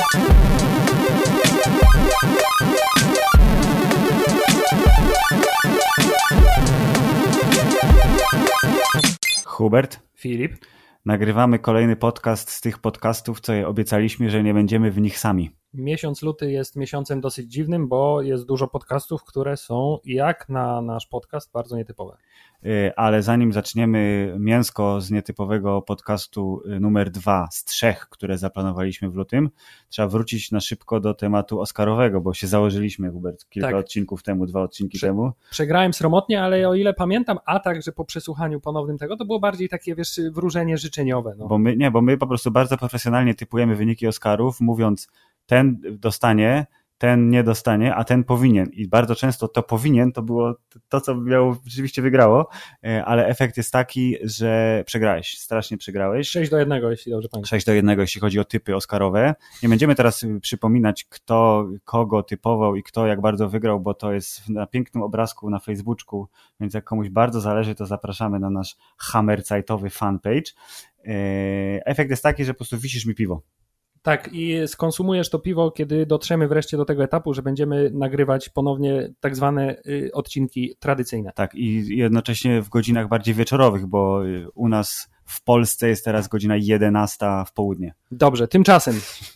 Hubert, Filip, nagrywamy kolejny podcast z tych podcastów, co je obiecaliśmy, że nie będziemy w nich sami. Miesiąc luty jest miesiącem dosyć dziwnym, bo jest dużo podcastów, które są jak na nasz podcast bardzo nietypowe. Ale zanim zaczniemy mięsko z nietypowego podcastu numer 2 z 3, które zaplanowaliśmy w lutym, trzeba wrócić na szybko do tematu oscarowego, bo się założyliśmy, Hubert, kilka odcinków temu, 2 odcinki temu. Przegrałem sromotnie, ale o ile pamiętam, a także po przesłuchaniu ponownym tego, to było bardziej takie, wiesz, wróżenie życzeniowe. No. Bo my po prostu bardzo profesjonalnie typujemy wyniki Oscarów, mówiąc ten dostanie, ten nie dostanie, a ten powinien. I bardzo często to powinien to było to, co rzeczywiście wygrało, ale efekt jest taki, że przegrałeś, strasznie przegrałeś. 6-1, jeśli dobrze pamiętam. 6-1, jeśli chodzi o typy oscarowe. Nie będziemy teraz przypominać, kto kogo typował i kto jak bardzo wygrał, bo to jest na pięknym obrazku na Facebooku, więc jak komuś bardzo zależy, to zapraszamy na nasz Hammerzejtowy fanpage. Efekt jest taki, że po prostu wisisz mi piwo. Tak, i skonsumujesz to piwo, kiedy dotrzemy wreszcie do tego etapu, że będziemy nagrywać ponownie tak zwane odcinki tradycyjne. Tak, i jednocześnie w godzinach bardziej wieczorowych, bo u nas w Polsce jest teraz godzina 11 w południe. Dobrze, tymczasem.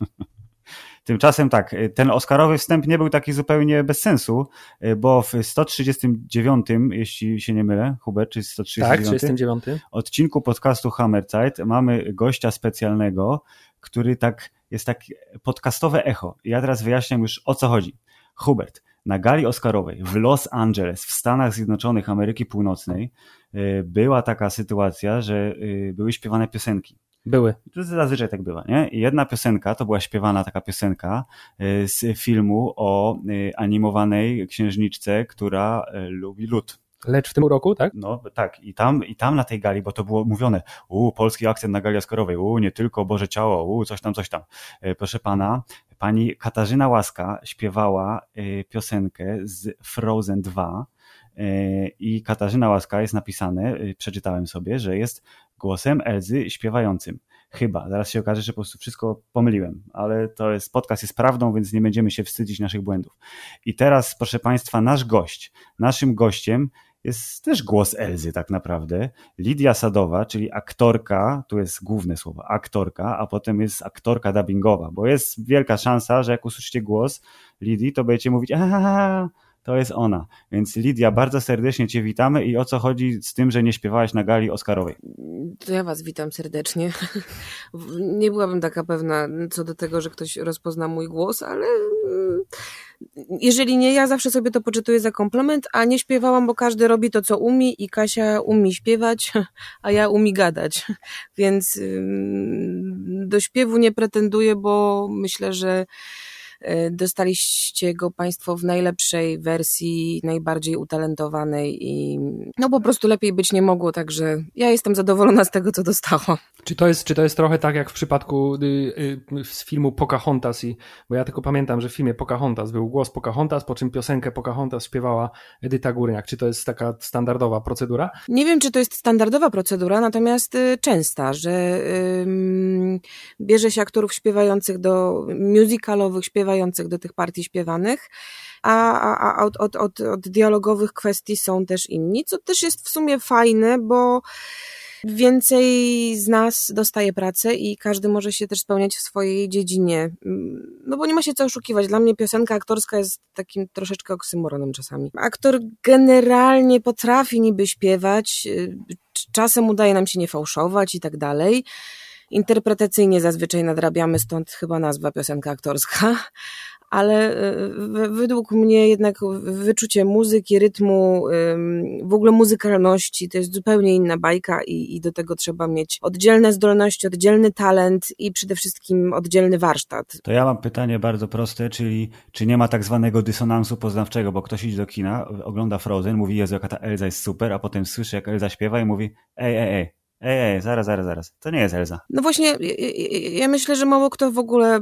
Tymczasem tak, ten oscarowy wstęp nie był taki zupełnie bez sensu, bo w 139, jeśli się nie mylę, Hubert, czy 139? Tak, 39. Odcinku podcastu Hammerzeit mamy gościa specjalnego, który jest tak podcastowe echo. Ja teraz wyjaśniam już, o co chodzi. Hubert, na gali oscarowej w Los Angeles w Stanach Zjednoczonych Ameryki Północnej była taka sytuacja, że były śpiewane piosenki. Były. To zazwyczaj tak bywa, nie? I jedna piosenka, to była śpiewana taka piosenka z filmu o animowanej księżniczce, która lubi lód. Lecz w tym roku, tak? No tak, i tam na tej gali, bo to było mówione, polski akcent na gali oscarowej, nie tylko Boże Ciało, coś tam. Proszę pana, pani Katarzyna Łaska śpiewała piosenkę z Frozen 2 i Katarzyna Łaska jest napisane, przeczytałem sobie, że jest głosem Elzy śpiewającym. Chyba, zaraz się okaże, że po prostu wszystko pomyliłem, ale podcast jest prawdą, więc nie będziemy się wstydzić naszych błędów. I teraz, proszę państwa, naszym gościem jest też głos Elzy tak naprawdę. Lidia Sadowa, czyli aktorka, tu jest główne słowo, aktorka, a potem jest aktorka dubbingowa, bo jest wielka szansa, że jak usłyszycie głos Lidii, to będziecie mówić, to jest ona. Więc Lidia, bardzo serdecznie cię witamy i o co chodzi z tym, że nie śpiewałaś na gali oscarowej? To ja was witam serdecznie. Nie byłabym taka pewna co do tego, że ktoś rozpozna mój głos, ale jeżeli nie, ja zawsze sobie to poczytuję za komplement, a nie śpiewałam, bo każdy robi to, co umie i Kasia umie śpiewać, a ja umie gadać. Więc do śpiewu nie pretenduję, bo myślę, że dostaliście go państwo w najlepszej wersji, najbardziej utalentowanej i po prostu lepiej być nie mogło, także ja jestem zadowolona z tego, co dostałam. Czy to jest trochę tak jak w przypadku z filmu Pocahontas, bo ja tylko pamiętam, że w filmie Pocahontas był głos Pocahontas, po czym piosenkę Pocahontas śpiewała Edyta Górniak. Czy to jest taka standardowa procedura? Nie wiem, czy to jest standardowa procedura, natomiast częsta, że bierze się aktorów śpiewających musicalowych, śpiewających do tych partii śpiewanych, a od dialogowych kwestii są też inni, co też jest w sumie fajne, bo więcej z nas dostaje pracę i każdy może się też spełniać w swojej dziedzinie. No bo nie ma się co oszukiwać. Dla mnie piosenka aktorska jest takim troszeczkę oksymoronem czasami. Aktor generalnie potrafi niby śpiewać, czasem udaje nam się nie fałszować i tak dalej. Interpretacyjnie zazwyczaj nadrabiamy, stąd chyba nazwa piosenka aktorska, ale według mnie jednak wyczucie muzyki, rytmu, w ogóle muzykalności to jest zupełnie inna bajka i do tego trzeba mieć oddzielne zdolności, oddzielny talent i przede wszystkim oddzielny warsztat. To ja mam pytanie bardzo proste, czyli czy nie ma tak zwanego dysonansu poznawczego, bo ktoś idzie do kina, ogląda Frozen, mówi, Jezu, jaka ta Elza jest super, a potem słyszy, jak Elza śpiewa i mówi, ej, Zaraz. To nie jest Elza. No właśnie, ja myślę, że mało kto w ogóle,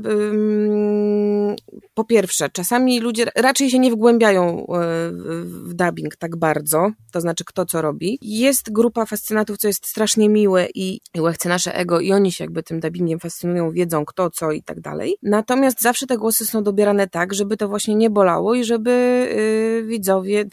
po pierwsze, czasami ludzie raczej się nie wgłębiają w dubbing tak bardzo, to znaczy kto co robi. Jest grupa fascynatów, co jest strasznie miłe i łechce nasze ego i oni się jakby tym dubbingiem fascynują, wiedzą kto, co i tak dalej. Natomiast zawsze te głosy są dobierane tak, żeby to właśnie nie bolało i żeby widzowie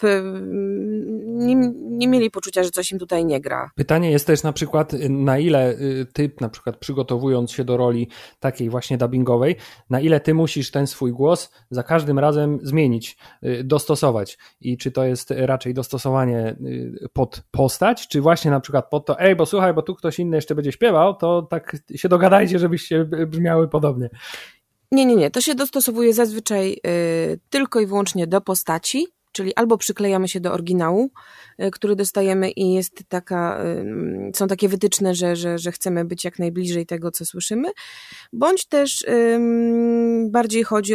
nie mieli poczucia, że coś im tutaj nie gra. Pytanie jest też na przykład, na ile ty na przykład przygotowując się do roli takiej właśnie dubbingowej, na ile ty musisz ten swój głos za każdym razem zmienić, dostosować i czy to jest raczej dostosowanie pod postać, czy właśnie na przykład pod to, bo słuchaj, bo tu ktoś inny jeszcze będzie śpiewał, to tak się dogadajcie, żebyście brzmiały podobnie. Nie, to się dostosowuje zazwyczaj tylko i wyłącznie do postaci, czyli albo przyklejamy się do oryginału, który dostajemy i jest są takie wytyczne, że chcemy być jak najbliżej tego, co słyszymy, bądź też bardziej chodzi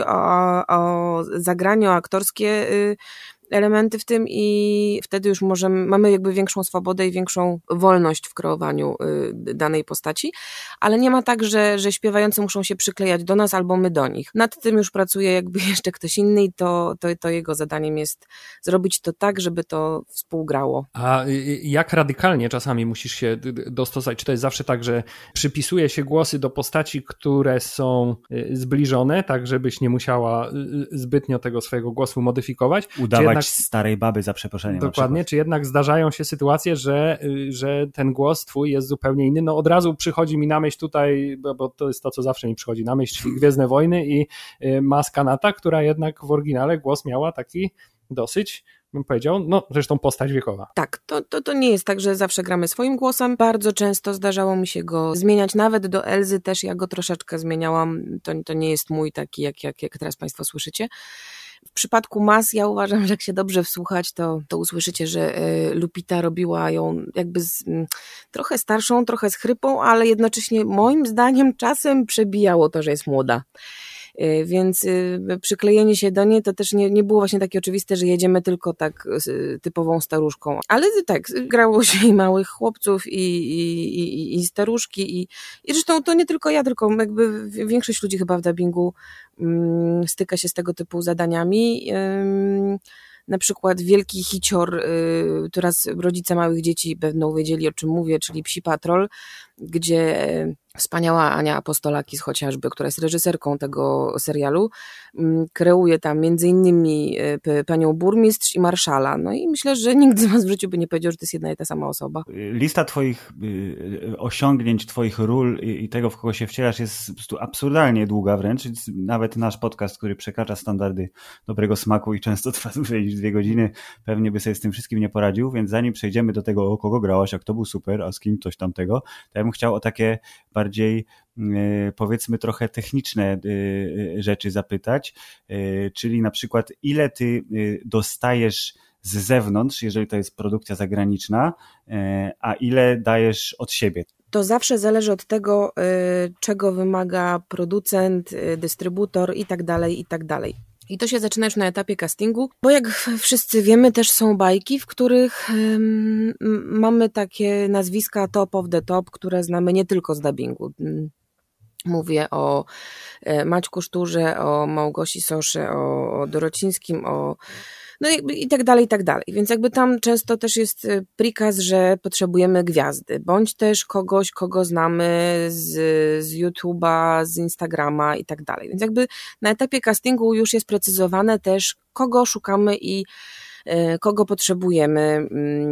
o zagranie, o aktorskie elementy w tym i wtedy już mamy jakby większą swobodę i większą wolność w kreowaniu danej postaci, ale nie ma tak, że śpiewający muszą się przyklejać do nas albo my do nich. Nad tym już pracuje jakby jeszcze ktoś inny i to jego zadaniem jest zrobić to tak, żeby to współgrało. A jak radykalnie czasami musisz się dostosować? Czy to jest zawsze tak, że przypisuje się głosy do postaci, które są zbliżone, tak żebyś nie musiała zbytnio tego swojego głosu modyfikować? Udawać starej baby za przeproszeniem. Dokładnie, czy jednak zdarzają się sytuacje, że ten głos twój jest zupełnie inny? No od razu przychodzi mi na myśl tutaj, bo to jest to, co zawsze mi przychodzi na myśl, czyli Gwiezdne Wojny i Maska Nata, która jednak w oryginale głos miała taki dosyć, bym powiedział, zresztą postać wiekowa. Tak, to nie jest tak, że zawsze gramy swoim głosem. Bardzo często zdarzało mi się go zmieniać, nawet do Elzy też ja go troszeczkę zmieniałam. To nie jest mój taki, jak teraz Państwo słyszycie. W przypadku Mas ja uważam, że jak się dobrze wsłuchać, to usłyszycie, że Lupita robiła ją jakby trochę starszą, trochę z chrypą, ale jednocześnie moim zdaniem czasem przebijało to, że jest młoda. Więc przyklejenie się do niej to też nie było właśnie takie oczywiste, że jedziemy tylko tak typową staruszką. Ale tak, grało się i małych chłopców i staruszki i zresztą to nie tylko ja, tylko jakby większość ludzi chyba w dubbingu styka się z tego typu zadaniami. Na przykład wielki hicior, teraz rodzice małych dzieci będą wiedzieli, o czym mówię, czyli Psi Patrol, gdzie wspaniała Ania Apostolakis chociażby, która jest reżyserką tego serialu, kreuje tam między innymi panią burmistrz i marszala. No i myślę, że nikt z was w życiu by nie powiedział, że to jest jedna i ta sama osoba. Lista twoich osiągnięć, twoich ról i tego, w kogo się wcielasz, jest po prostu absurdalnie długa wręcz. Nawet nasz podcast, który przekracza standardy dobrego smaku i często trwa dłużej niż 2 godziny, pewnie by sobie z tym wszystkim nie poradził, więc zanim przejdziemy do tego, o kogo grałaś, jak to był super, a z kim coś tamtego, to ja bym chciał o takie bardziej powiedzmy trochę techniczne rzeczy zapytać, czyli na przykład ile ty dostajesz z zewnątrz, jeżeli to jest produkcja zagraniczna, a ile dajesz od siebie? To zawsze zależy od tego, czego wymaga producent, dystrybutor i tak dalej, i tak dalej. I to się zaczyna już na etapie castingu, bo jak wszyscy wiemy, też są bajki, w których mamy takie nazwiska top of the top, które znamy nie tylko z dubbingu. Mówię o Maćku Szturze, o Małgosi Sosze, o Dorocińskim, no i tak dalej, i tak dalej. Więc jakby tam często też jest prikaz, że potrzebujemy gwiazdy, bądź też kogoś, kogo znamy z YouTube'a, z Instagrama i tak dalej. Więc jakby na etapie castingu już jest precyzowane też, kogo szukamy i kogo potrzebujemy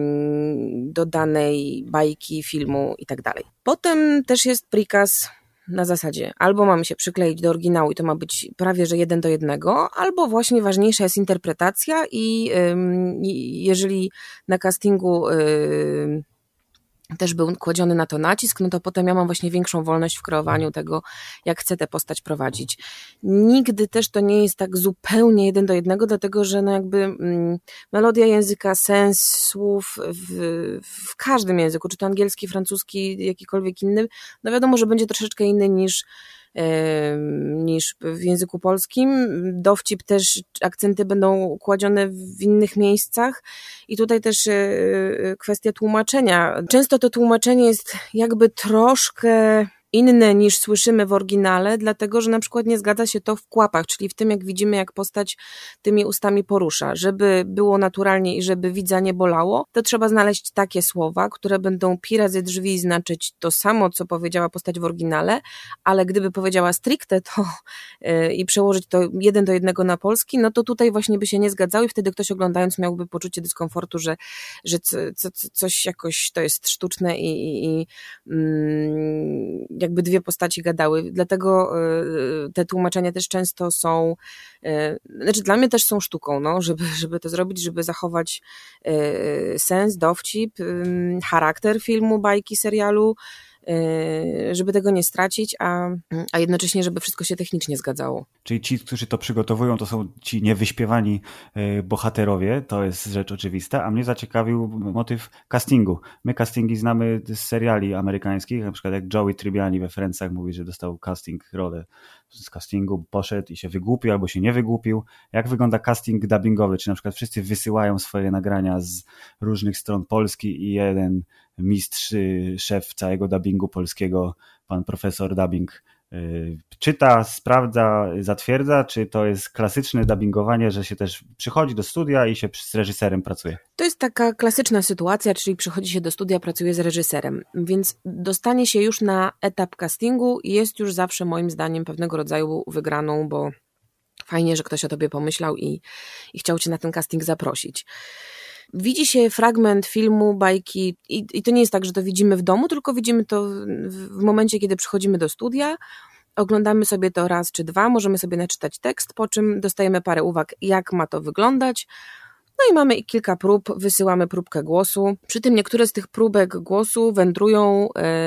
do danej bajki, filmu i tak dalej. Potem też jest prikaz na zasadzie albo mamy się przykleić do oryginału i to ma być prawie że 1:1, albo właśnie ważniejsza jest interpretacja i jeżeli na castingu też był kładziony na to nacisk, no to potem ja mam właśnie większą wolność w kreowaniu tego, jak chcę tę postać prowadzić. Nigdy też to nie jest tak zupełnie 1:1, dlatego że no jakby melodia języka, sens słów w każdym języku, czy to angielski, francuski, jakikolwiek inny, no wiadomo, że będzie troszeczkę inny niż niż w języku polskim. Dowcip też, akcenty będą kładzione w innych miejscach i tutaj też kwestia tłumaczenia. Często to tłumaczenie jest jakby troszkę inne niż słyszymy w oryginale, dlatego że na przykład nie zgadza się to w kłapach, czyli w tym, jak widzimy, jak postać tymi ustami porusza. Żeby było naturalnie i żeby widza nie bolało, to trzeba znaleźć takie słowa, które będą pi razy drzwi znaczyć to samo, co powiedziała postać w oryginale, ale gdyby powiedziała stricte to i przełożyć to 1:1 na polski, no to tutaj właśnie by się nie zgadzało i wtedy ktoś oglądając miałby poczucie dyskomfortu, że coś jakoś to jest sztuczne i jakby dwie postaci gadały, dlatego te tłumaczenia też często są, znaczy dla mnie też są sztuką, no, żeby to zrobić, żeby zachować sens, dowcip, charakter filmu, bajki, serialu, żeby tego nie stracić, a jednocześnie, żeby wszystko się technicznie zgadzało. Czyli ci, którzy to przygotowują, to są ci niewyśpiewani bohaterowie, to jest rzecz oczywista, a mnie zaciekawił motyw castingu. My castingi znamy z seriali amerykańskich, na przykład jak Joey Tribbiani we Friendsach mówi, że dostał rolę z castingu, poszedł i się wygłupił albo się nie wygłupił. Jak wygląda casting dubbingowy? Czy na przykład wszyscy wysyłają swoje nagrania z różnych stron Polski i jeden mistrz, szef całego dubbingu polskiego, pan profesor dubbing, czyta, sprawdza, zatwierdza, czy to jest klasyczne dubbingowanie, że się też przychodzi do studia i się z reżyserem pracuje? To jest taka klasyczna sytuacja, czyli przychodzi się do studia, pracuje z reżyserem, więc dostanie się już na etap castingu i jest już zawsze moim zdaniem pewnego rodzaju wygraną, bo fajnie, że ktoś o tobie pomyślał i chciał cię na ten casting zaprosić. Widzi się fragment filmu, bajki i to nie jest tak, że to widzimy w domu, tylko widzimy to w momencie, kiedy przychodzimy do studia, oglądamy sobie to raz czy dwa, możemy sobie naczytać tekst, po czym dostajemy parę uwag, jak ma to wyglądać. No i mamy kilka prób, wysyłamy próbkę głosu. Przy tym niektóre z tych próbek głosu wędrują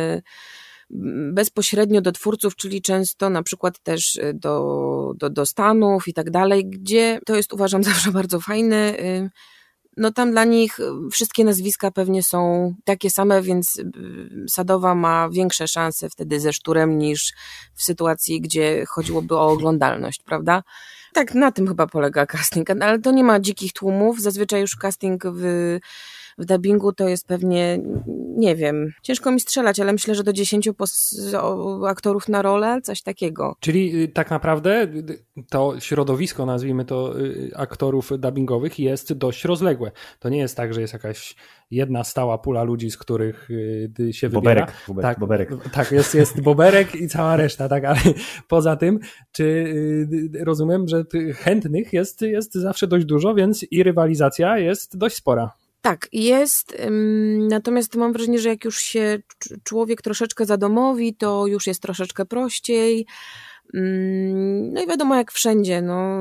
bezpośrednio do twórców, czyli często na przykład też do Stanów i tak dalej, gdzie to jest, uważam, zawsze bardzo fajne. No tam dla nich wszystkie nazwiska pewnie są takie same, więc Sadowa ma większe szanse wtedy ze Szturem niż w sytuacji, gdzie chodziłoby o oglądalność, prawda? Tak, na tym chyba polega casting, ale to nie ma dzikich tłumów, zazwyczaj już casting w dubbingu to jest pewnie, nie wiem, ciężko mi strzelać, ale myślę, że do 10 aktorów na rolę, coś takiego. Czyli tak naprawdę to środowisko, nazwijmy to, aktorów dubbingowych jest dość rozległe. To nie jest tak, że jest jakaś jedna stała pula ludzi, z których się wybiera. Boberek. Tak, jest Boberek i cała reszta, tak, ale poza tym, czy rozumiem, że chętnych jest zawsze dość dużo, więc i rywalizacja jest dość spora. Tak, jest, natomiast mam wrażenie, że jak już się człowiek troszeczkę zadomowi, to już jest troszeczkę prościej. No i wiadomo, jak wszędzie, no,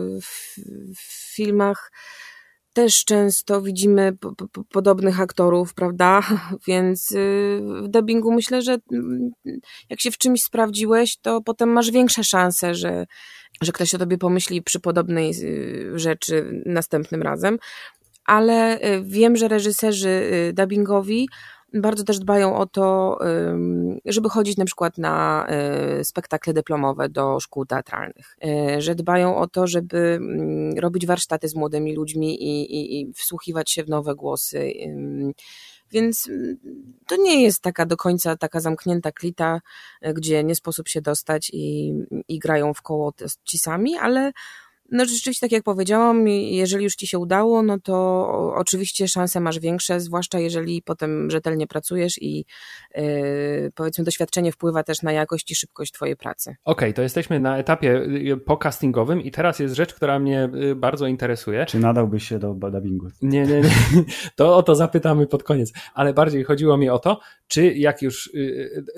w filmach też często widzimy podobnych aktorów, prawda? Więc w dubbingu myślę, że jak się w czymś sprawdziłeś, to potem masz większe szanse, że ktoś o tobie pomyśli przy podobnej rzeczy następnym razem. Ale wiem, że reżyserzy dubbingowi bardzo też dbają o to, żeby chodzić na przykład na spektakle dyplomowe do szkół teatralnych, że dbają o to, żeby robić warsztaty z młodymi ludźmi i wsłuchiwać się w nowe głosy. Więc to nie jest taka do końca taka zamknięta klita, gdzie nie sposób się dostać i grają w koło ci sami, ale no rzeczywiście, tak jak powiedziałam, jeżeli już ci się udało, no to oczywiście szanse masz większe, zwłaszcza jeżeli potem rzetelnie pracujesz i powiedzmy doświadczenie wpływa też na jakość i szybkość twojej pracy. Okej, to jesteśmy na etapie po-castingowym i teraz jest rzecz, która mnie bardzo interesuje. Czy nadałbyś się do dubbingu? Nie. To o to zapytamy pod koniec, ale bardziej chodziło mi o to, czy jak już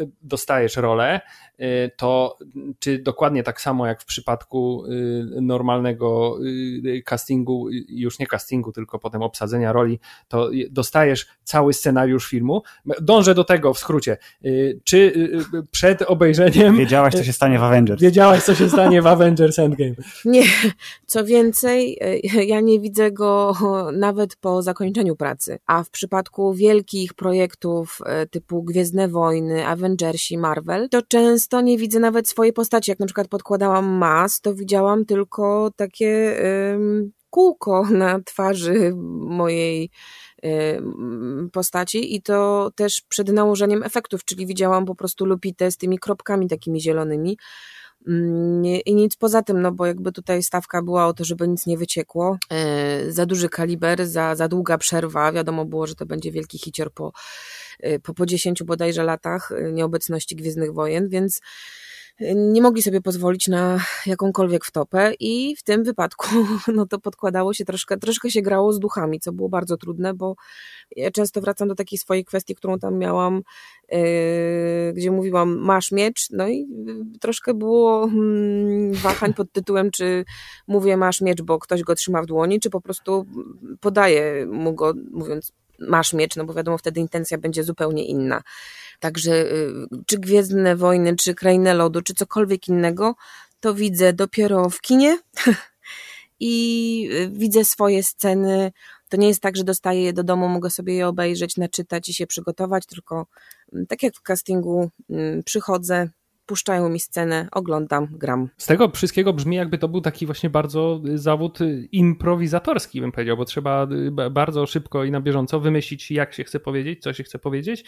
dostajesz rolę, to czy dokładnie tak samo jak w przypadku normalnego normalnego castingu, już nie castingu, tylko potem obsadzenia roli, to dostajesz cały scenariusz filmu. Dążę do tego w skrócie. Czy przed obejrzeniem... Wiedziałaś, co się stanie w Avengers. Wiedziałaś, co się stanie w Avengers Endgame. Nie, co więcej, ja nie widzę go nawet po zakończeniu pracy. A w przypadku wielkich projektów typu Gwiezdne Wojny, Avengersi, Marvel, to często nie widzę nawet swojej postaci. Jak na przykład podkładałam mas, to widziałam tylko takie kółko na twarzy mojej postaci i to też przed nałożeniem efektów, czyli widziałam po prostu Lupitę z tymi kropkami takimi zielonymi i nic poza tym, no bo jakby tutaj stawka była o to, żeby nic nie wyciekło, za duży kaliber, za długa przerwa, wiadomo było, że to będzie wielki hicior po 10 bodajże latach nieobecności Gwiezdnych Wojen, więc nie mogli sobie pozwolić na jakąkolwiek wtopę i w tym wypadku no to podkładało się troszkę się grało z duchami, co było bardzo trudne, bo ja często wracam do takiej swojej kwestii, którą tam miałam, gdzie mówiłam masz miecz, no i troszkę było wahań pod tytułem, czy mówię masz miecz, bo ktoś go trzyma w dłoni, czy po prostu podaję mu go mówiąc masz miecz, no bo wiadomo wtedy intencja będzie zupełnie inna. Także czy Gwiezdne Wojny, czy Krainę Lodu, czy cokolwiek innego, to widzę dopiero w kinie i widzę swoje sceny. To nie jest tak, że dostaję je do domu, mogę sobie je obejrzeć, naczytać i się przygotować, tylko tak jak w castingu przychodzę, puszczają mi scenę, oglądam, gram. Z tego wszystkiego brzmi, jakby to był taki właśnie bardzo zawód improwizatorski, bym powiedział, bo trzeba bardzo szybko i na bieżąco wymyślić, jak się chce powiedzieć, co się chce powiedzieć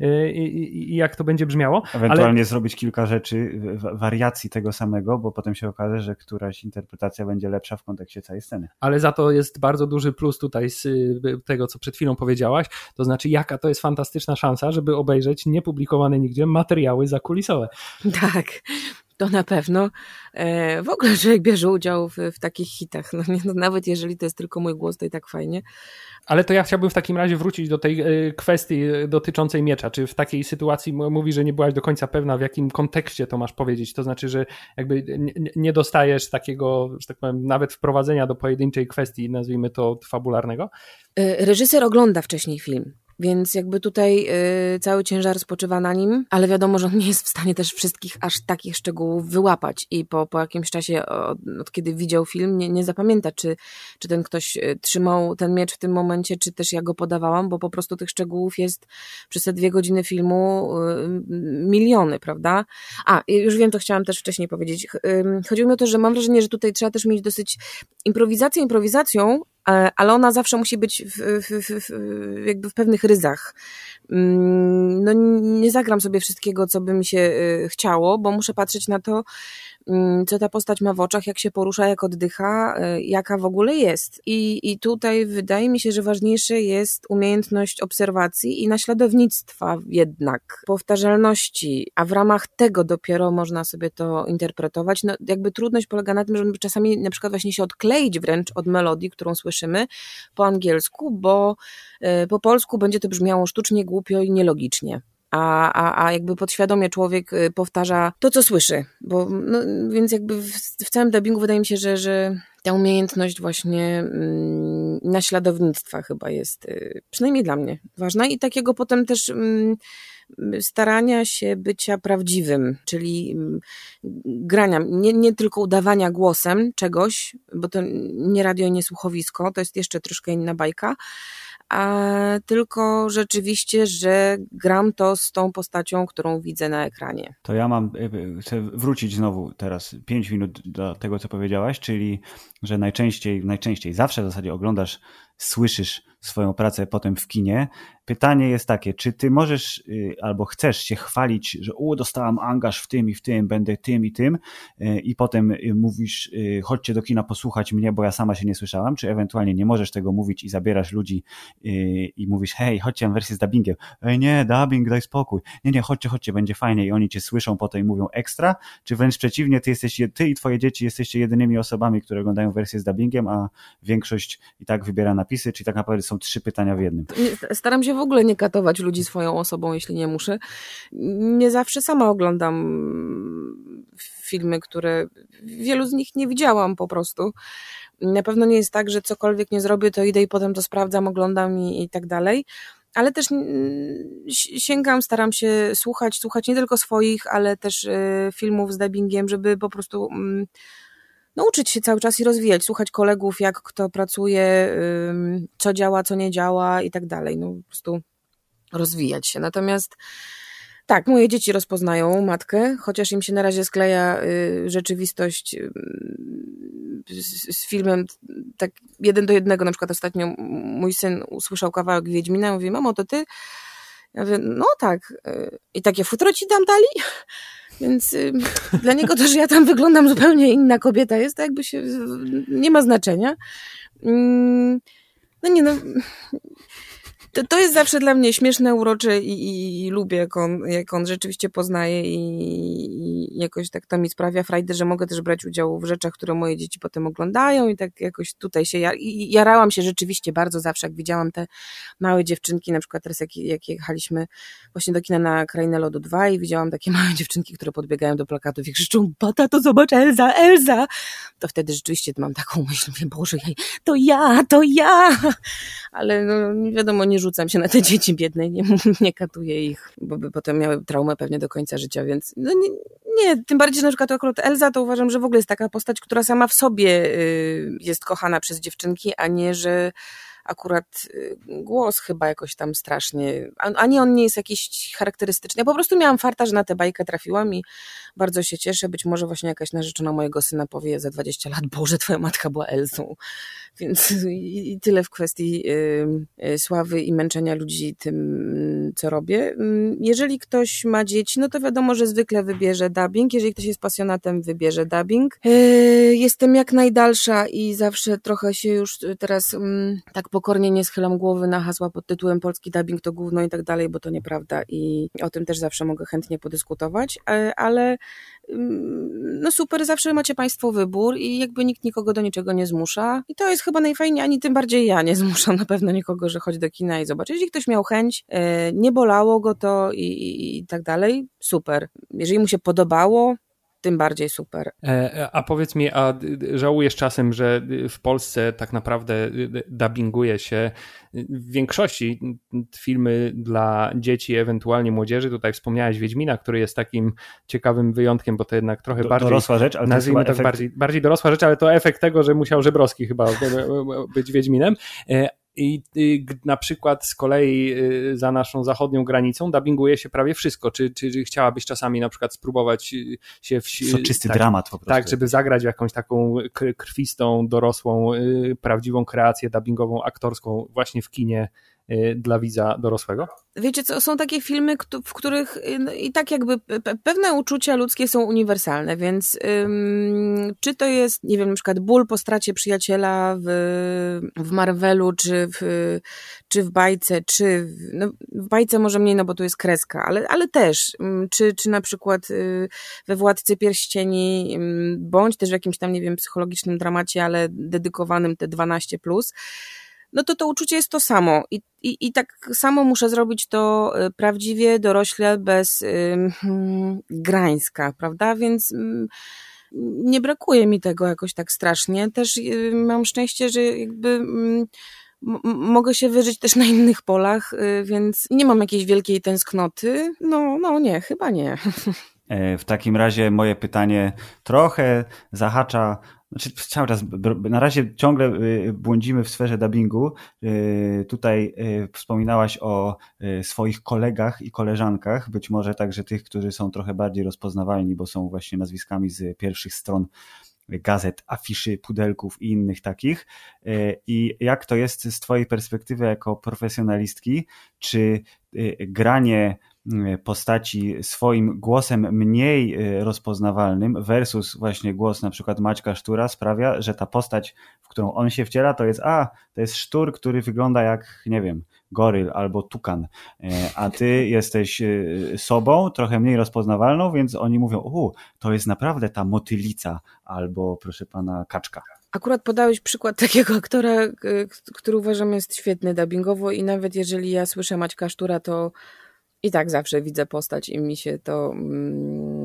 i jak to będzie brzmiało. Ewentualnie zrobić kilka rzeczy, wariacji tego samego, bo potem się okaże, że któraś interpretacja będzie lepsza w kontekście całej sceny. Ale za to jest bardzo duży plus tutaj z tego, co przed chwilą powiedziałaś, to znaczy jaka to jest fantastyczna szansa, żeby obejrzeć niepublikowane nigdzie materiały zakulisowe. Tak, to na pewno. W ogóle człowiek bierze udział w takich hitach. No nie, no nawet jeżeli to jest tylko mój głos, to i tak fajnie. Ale to ja chciałbym w takim razie wrócić do tej kwestii dotyczącej miecza. Czy w takiej sytuacji mówi, że nie byłaś do końca pewna, w jakim kontekście to masz powiedzieć? To znaczy, że jakby nie dostajesz takiego, że tak powiem, nawet wprowadzenia do pojedynczej kwestii, nazwijmy to fabularnego? Reżyser ogląda wcześniej film. Więc jakby tutaj cały ciężar spoczywa na nim, ale wiadomo, że on nie jest w stanie też wszystkich aż takich szczegółów wyłapać i po jakimś czasie, od kiedy widział film, nie zapamięta, czy ten ktoś trzymał ten miecz w tym momencie, czy też ja go podawałam, bo po prostu tych szczegółów jest przez te 2 godziny filmu miliony, prawda? Już wiem, to chciałam też wcześniej powiedzieć. Chodziło mi o to, że mam wrażenie, że tutaj trzeba też mieć dosyć improwizacją, ale ona zawsze musi być jakby w pewnych ryzach. No nie zagram sobie wszystkiego, co by mi się chciało, bo muszę patrzeć na to, co ta postać ma w oczach, jak się porusza, jak oddycha, jaka w ogóle jest. I tutaj wydaje mi się, że ważniejsze jest umiejętność obserwacji i naśladownictwa jednak, powtarzalności, a w ramach tego dopiero można sobie to interpretować. No jakby trudność polega na tym, żeby czasami na przykład właśnie się odkleić wręcz od melodii, którą słyszymy po angielsku, bo po polsku będzie to brzmiało sztucznie, głupio i nielogicznie. A jakby podświadomie człowiek powtarza to, co słyszy. Więc jakby w całym dubbingu wydaje mi się, że ta umiejętność właśnie naśladownictwa chyba jest przynajmniej dla mnie ważna i takiego potem też starania się bycia prawdziwym, czyli grania, nie tylko udawania głosem czegoś, bo to nie radio, nie słuchowisko, to jest jeszcze troszkę inna bajka, a tylko rzeczywiście, że gram to z tą postacią, którą widzę na ekranie. To ja chcę wrócić znowu teraz 5 minut do tego, co powiedziałaś, czyli, że najczęściej, zawsze w zasadzie oglądasz, słyszysz swoją pracę potem w kinie. Pytanie jest takie, czy ty możesz albo chcesz się chwalić, że dostałam angaż w tym, będę tym i tym i potem mówisz, chodźcie do kina posłuchać mnie, bo ja sama się nie słyszałam, czy ewentualnie nie możesz tego mówić i zabierasz ludzi i mówisz, hej, chodźcie na wersję z dubbingiem. Ej, nie, dubbing, daj spokój. Nie, chodźcie, będzie fajnie i oni cię słyszą potem i mówią ekstra, czy wręcz przeciwnie, ty i twoje dzieci jesteście jedynymi osobami, które oglądają wersję z dubbingiem, a większość i tak wybiera napisy, czyli tak naprawdę są 3 pytania w jednym. Staram się w ogóle nie katować ludzi swoją osobą, jeśli nie muszę. Nie zawsze sama oglądam filmy, które wielu z nich nie widziałam po prostu. Na pewno nie jest tak, że cokolwiek nie zrobię, to idę i potem to sprawdzam, oglądam i tak dalej. Ale też sięgam, staram się słuchać nie tylko swoich, ale też filmów z dubbingiem, żeby po prostu uczyć się cały czas i rozwijać, słuchać kolegów, jak kto pracuje, co działa, co nie działa i tak dalej. No po prostu rozwijać się. Natomiast tak, moje dzieci rozpoznają matkę, chociaż im się na razie skleja rzeczywistość z filmem tak 1:1. Na przykład ostatnio mój syn usłyszał kawałek Wiedźmina i mówi: mamo, to ty? Ja mówię: no tak. I takie futro ci tam dali? Więc dla niego to, że ja tam wyglądam zupełnie inna kobieta jest, to jakby się nie ma znaczenia. No nie, no. To jest zawsze dla mnie śmieszne, urocze i lubię, jak on rzeczywiście poznaje i jakoś tak to mi sprawia frajdę, że mogę też brać udział w rzeczach, które moje dzieci potem oglądają i tak jakoś tutaj się jarałam się rzeczywiście bardzo zawsze, jak widziałam te małe dziewczynki, na przykład teraz jak jechaliśmy właśnie do kina na Krainę Lodu 2 i widziałam takie małe dziewczynki, które podbiegają do plakatów i krzyczą: tato, zobacz, Elza! To wtedy rzeczywiście mam taką myśl, mówię: Boże, to ja! Ale no, wiadomo, nie rzucam się na te dzieci biedne, nie katuję ich, bo by potem miały traumę pewnie do końca życia, więc no nie, tym bardziej, że na przykład akurat Elza to uważam, że w ogóle jest taka postać, która sama w sobie jest kochana przez dziewczynki, a nie, że akurat głos chyba jakoś tam strasznie, ani on nie jest jakiś charakterystyczny. Ja po prostu miałam farta, że na tę bajkę trafiłam i bardzo się cieszę. Być może właśnie jakaś narzeczona mojego syna powie za 20 lat: Boże, twoja matka była Elzą. Więc i tyle w kwestii sławy i męczenia ludzi tym, co robię. Jeżeli ktoś ma dzieci, no to wiadomo, że zwykle wybierze dubbing. Jeżeli ktoś jest pasjonatem, wybierze dubbing. Jestem jak najdalsza i zawsze trochę się już teraz tak pokornie nie schylam głowy na hasła pod tytułem polski dubbing to gówno i tak dalej, bo to nieprawda i o tym też zawsze mogę chętnie podyskutować, ale no super, zawsze macie państwo wybór i jakby nikt nikogo do niczego nie zmusza i to jest chyba najfajniej, ani tym bardziej ja nie zmuszam na pewno nikogo, że chodź do kina i zobacz. Jeżeli ktoś miał chęć, nie bolało go to i tak dalej, super. Jeżeli mu się podobało, tym bardziej super. A powiedz mi, a żałujesz czasem, że w Polsce tak naprawdę dubbinguje się w większości filmy dla dzieci, ewentualnie młodzieży? Tutaj wspomniałeś Wiedźmina, który jest takim ciekawym wyjątkiem, bo to jednak trochę bardziej dorosła rzecz, ale nazwijmy to tak bardziej dorosła rzecz, ale to efekt tego, że musiał Żebrowski chyba być Wiedźminem. I na przykład z kolei za naszą zachodnią granicą dubbinguje się prawie wszystko. Czy chciałabyś czasami na przykład spróbować się soczysty dramat po prostu. Tak, żeby zagrać w jakąś taką krwistą, dorosłą, prawdziwą kreację dubbingową, aktorską właśnie w kinie dla widza dorosłego? Wiecie co, są takie filmy, w których i tak jakby pewne uczucia ludzkie są uniwersalne, więc czy to jest, nie wiem, na przykład ból po stracie przyjaciela w Marvelu, czy w bajce, w bajce może mniej, no bo tu jest kreska, ale też, czy na przykład we Władcy Pierścieni, bądź też w jakimś tam, nie wiem, psychologicznym dramacie, ale dedykowanym te 12+, no to uczucie jest to samo i tak samo muszę zrobić to prawdziwie, dorośle, bez grańska, prawda, więc nie brakuje mi tego jakoś tak strasznie, też mam szczęście, że jakby mogę się wyżyć też na innych polach, więc nie mam jakiejś wielkiej tęsknoty, no nie, chyba nie. W takim razie moje pytanie trochę zahacza, znaczy cały czas, na razie ciągle błądzimy w sferze dubbingu. Tutaj wspominałaś o swoich kolegach i koleżankach, być może także tych, którzy są trochę bardziej rozpoznawalni, bo są właśnie nazwiskami z pierwszych stron gazet, afiszy, pudelków i innych takich. I jak to jest z twojej perspektywy jako profesjonalistki? Czy granie postaci swoim głosem mniej rozpoznawalnym versus właśnie głos na przykład Maćka Sztura sprawia, że ta postać, w którą on się wciela, to jest Sztur, który wygląda jak, nie wiem, goryl albo tukan, a ty jesteś sobą, trochę mniej rozpoznawalną, więc oni mówią: to jest naprawdę ta motylica albo, proszę pana, kaczka. Akurat podałeś przykład takiego aktora, który uważam jest świetny dubbingowo i nawet jeżeli ja słyszę Maćka Sztura, to i tak zawsze widzę postać i mi się to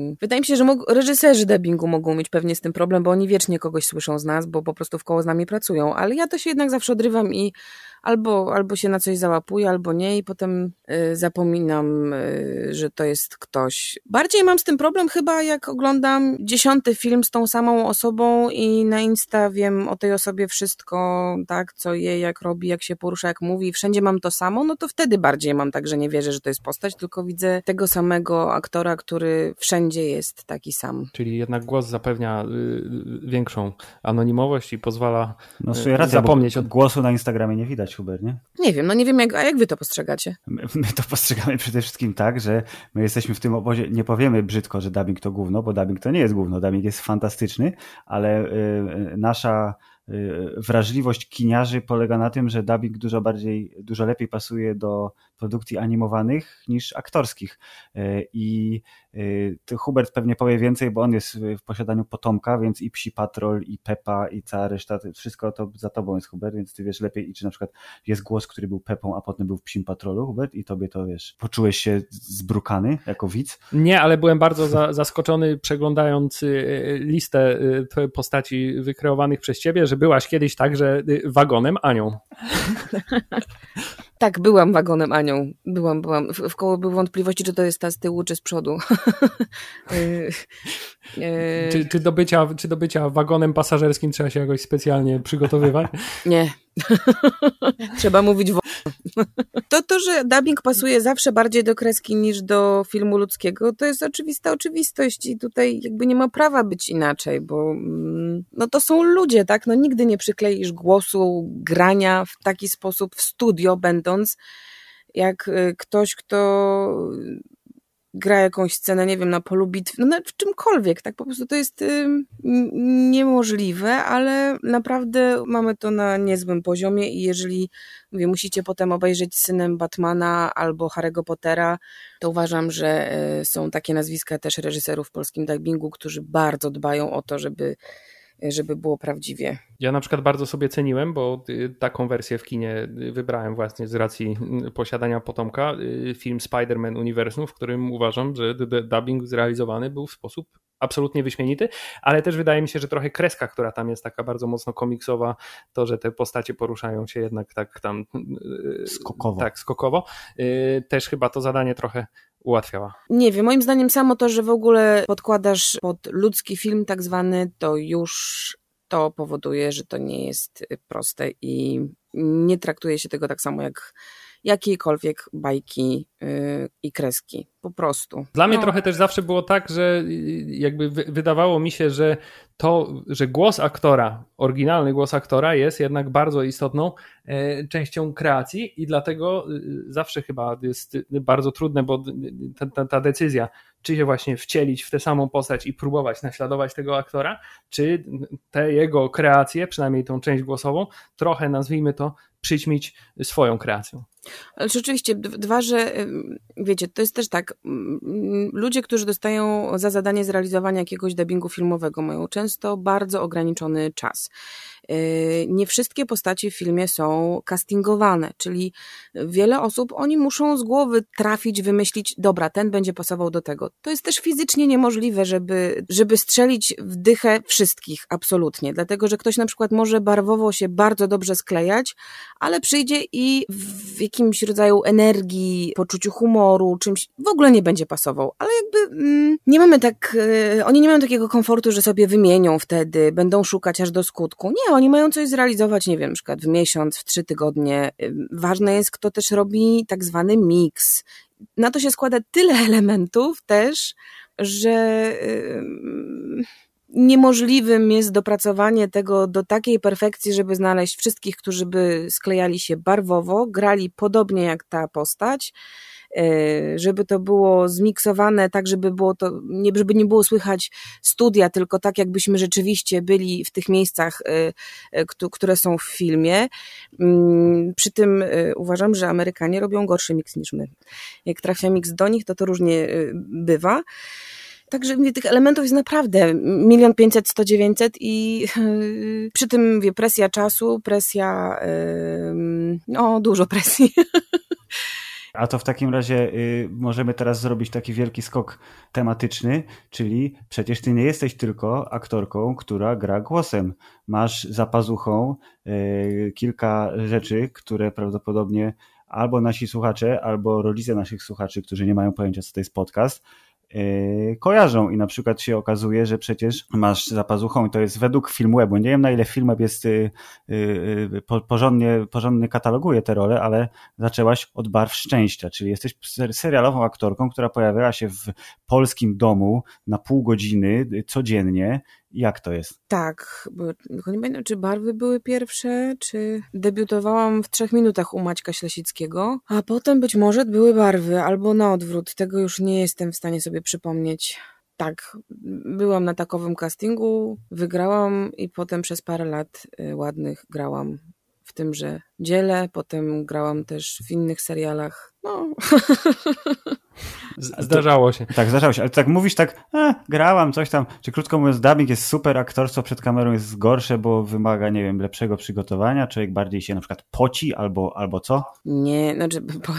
Wydaje mi się, że reżyserzy dubbingu mogą mieć pewnie z tym problem, bo oni wiecznie kogoś słyszą z nas, bo po prostu w koło z nami pracują, ale ja to się jednak zawsze odrywam i albo się na coś załapuję, albo nie i potem zapominam, że to jest ktoś. Bardziej mam z tym problem chyba jak oglądam 10. film z tą samą osobą i na Insta wiem o tej osobie wszystko, tak, co je, jak robi, jak się porusza, jak mówi, wszędzie mam to samo, no to wtedy bardziej mam tak, że nie wierzę, że to jest postać, tylko widzę tego samego aktora, który wszędzie jest taki sam. Czyli jednak głos zapewnia większą anonimowość i pozwala racja, zapomnieć od głosu na Instagramie nie widać, Hubert, nie? Nie wiem, nie wiem, jak wy to postrzegacie? My to postrzegamy przede wszystkim tak, że my jesteśmy w tym obozie, nie powiemy brzydko, że dubbing to gówno, bo dubbing to nie jest gówno, dubbing jest fantastyczny, ale nasza wrażliwość kiniarzy polega na tym, że dubbing dużo lepiej pasuje do produkcji animowanych niż aktorskich. I Hubert pewnie powie więcej, bo on jest w posiadaniu potomka, więc i Psi Patrol, i Peppa, i cała reszta, wszystko to za tobą jest, Hubert, więc ty wiesz lepiej, i czy na przykład jest głos, który był Peppą, a potem był w Psim Patrolu, Hubert, i tobie to, wiesz, poczułeś się zbrukany jako widz? Nie, ale byłem bardzo zaskoczony, przeglądając listę postaci wykreowanych przez ciebie, że byłaś kiedyś także wagonem Anią. Tak, byłam wagonem Anią. Byłam. W koło były wątpliwości, czy to jest ta z tyłu, czy z przodu. Czy do bycia wagonem pasażerskim trzeba się jakoś specjalnie przygotowywać? Nie. Trzeba mówić To, że dubbing pasuje zawsze bardziej do kreski niż do filmu ludzkiego, to jest oczywista oczywistość i tutaj jakby nie ma prawa być inaczej, bo no to są ludzie, tak? No nigdy nie przykleisz głosu, grania w taki sposób w studio będąc, jak ktoś, kto gra jakąś scenę, nie wiem, na polu bitwy, no w czymkolwiek, tak? Po prostu to jest niemożliwe, ale naprawdę mamy to na niezłym poziomie i jeżeli, mówię, musicie potem obejrzeć z synem Batmana albo Harry'ego Pottera, to uważam, że są takie nazwiska też reżyserów w polskim dubbingu, którzy bardzo dbają o to, żeby było prawdziwie. Ja na przykład bardzo sobie ceniłem, bo taką wersję w kinie wybrałem właśnie z racji posiadania potomka, film Spider-Man Uniwersum, w którym uważam, że dubbing zrealizowany był w sposób absolutnie wyśmienity, ale też wydaje mi się, że trochę kreska, która tam jest taka bardzo mocno komiksowa, to, że te postacie poruszają się jednak tak tam skokowo, też chyba to zadanie trochę ułatwiała. Nie wiem, moim zdaniem samo to, że w ogóle podkładasz pod ludzki film tak zwany, to już to powoduje, że to nie jest proste i nie traktuje się tego tak samo jak jakiejkolwiek bajki i kreski. Po prostu. Dla mnie trochę też zawsze było tak, że jakby wydawało mi się, że że głos aktora, oryginalny głos aktora jest jednak bardzo istotną częścią kreacji i dlatego zawsze chyba jest bardzo trudne, bo ta decyzja, czy się właśnie wcielić w tę samą postać i próbować naśladować tego aktora, czy te jego kreacje, przynajmniej tą część głosową, trochę nazwijmy to, przyćmić swoją kreacją. Ale rzeczywiście, że wiecie, to jest też tak, ludzie, którzy dostają za zadanie zrealizowania jakiegoś dubbingu filmowego, mają często bardzo ograniczony czas. Nie wszystkie postaci w filmie są castingowane, czyli wiele osób, oni muszą z głowy trafić, wymyślić, dobra, ten będzie pasował do tego. To jest też fizycznie niemożliwe, żeby strzelić w dychę wszystkich, absolutnie, dlatego, że ktoś na przykład może barwowo się bardzo dobrze sklejać, ale przyjdzie i w jakimś rodzaju energii, poczuciu humoru, czymś w ogóle nie będzie pasował, ale jakby oni nie mają takiego komfortu, że sobie wymienią wtedy, będą szukać aż do skutku. Nie, oni mają coś zrealizować, nie wiem, na przykład w miesiąc, w 3 tygodnie. Ważne jest, kto też robi tak zwany miks. Na to się składa tyle elementów też, że niemożliwym jest dopracowanie tego do takiej perfekcji, żeby znaleźć wszystkich, którzy by sklejali się barwowo, grali podobnie jak ta postać, żeby to było zmiksowane tak, żeby nie było słychać studia, tylko tak jakbyśmy rzeczywiście byli w tych miejscach, które są w filmie. Przy tym uważam, że Amerykanie robią gorszy miks niż my. Jak trafia miks do nich, to różnie bywa. Także tych elementów jest naprawdę 1 500 100 900 i przy tym presja czasu, dużo presji. A to w takim razie możemy teraz zrobić taki wielki skok tematyczny, czyli przecież ty nie jesteś tylko aktorką, która gra głosem. Masz za pazuchą kilka rzeczy, które prawdopodobnie albo nasi słuchacze, albo rodzice naszych słuchaczy, którzy nie mają pojęcia, co to jest podcast, kojarzą i na przykład się okazuje, że przecież masz za pazuchą, i to jest według Filmwebu, nie wiem na ile Filmweb jest porządnie kataloguje te role, ale zaczęłaś od Barw Szczęścia, czyli jesteś serialową aktorką, która pojawiała się w polskim domu na pół godziny codziennie. Jak to jest? Tak, bo nie pamiętam, czy Barwy były pierwsze, czy debiutowałam w 3 minutach u Maćka Ślesickiego, a potem być może były Barwy, albo na odwrót, tego już nie jestem w stanie sobie przypomnieć. Tak, byłam na takowym castingu, wygrałam i potem przez parę lat ładnych grałam w tymże dziele, potem grałam też w innych serialach. No. Zdarzało się. Tak, zdarzało się, ale tak mówisz tak, grałam coś tam, czy krótko mówiąc dubbing jest super, aktorstwo przed kamerą jest gorsze, bo wymaga, nie wiem, lepszego przygotowania, człowiek bardziej się na przykład poci albo co? Nie, znaczy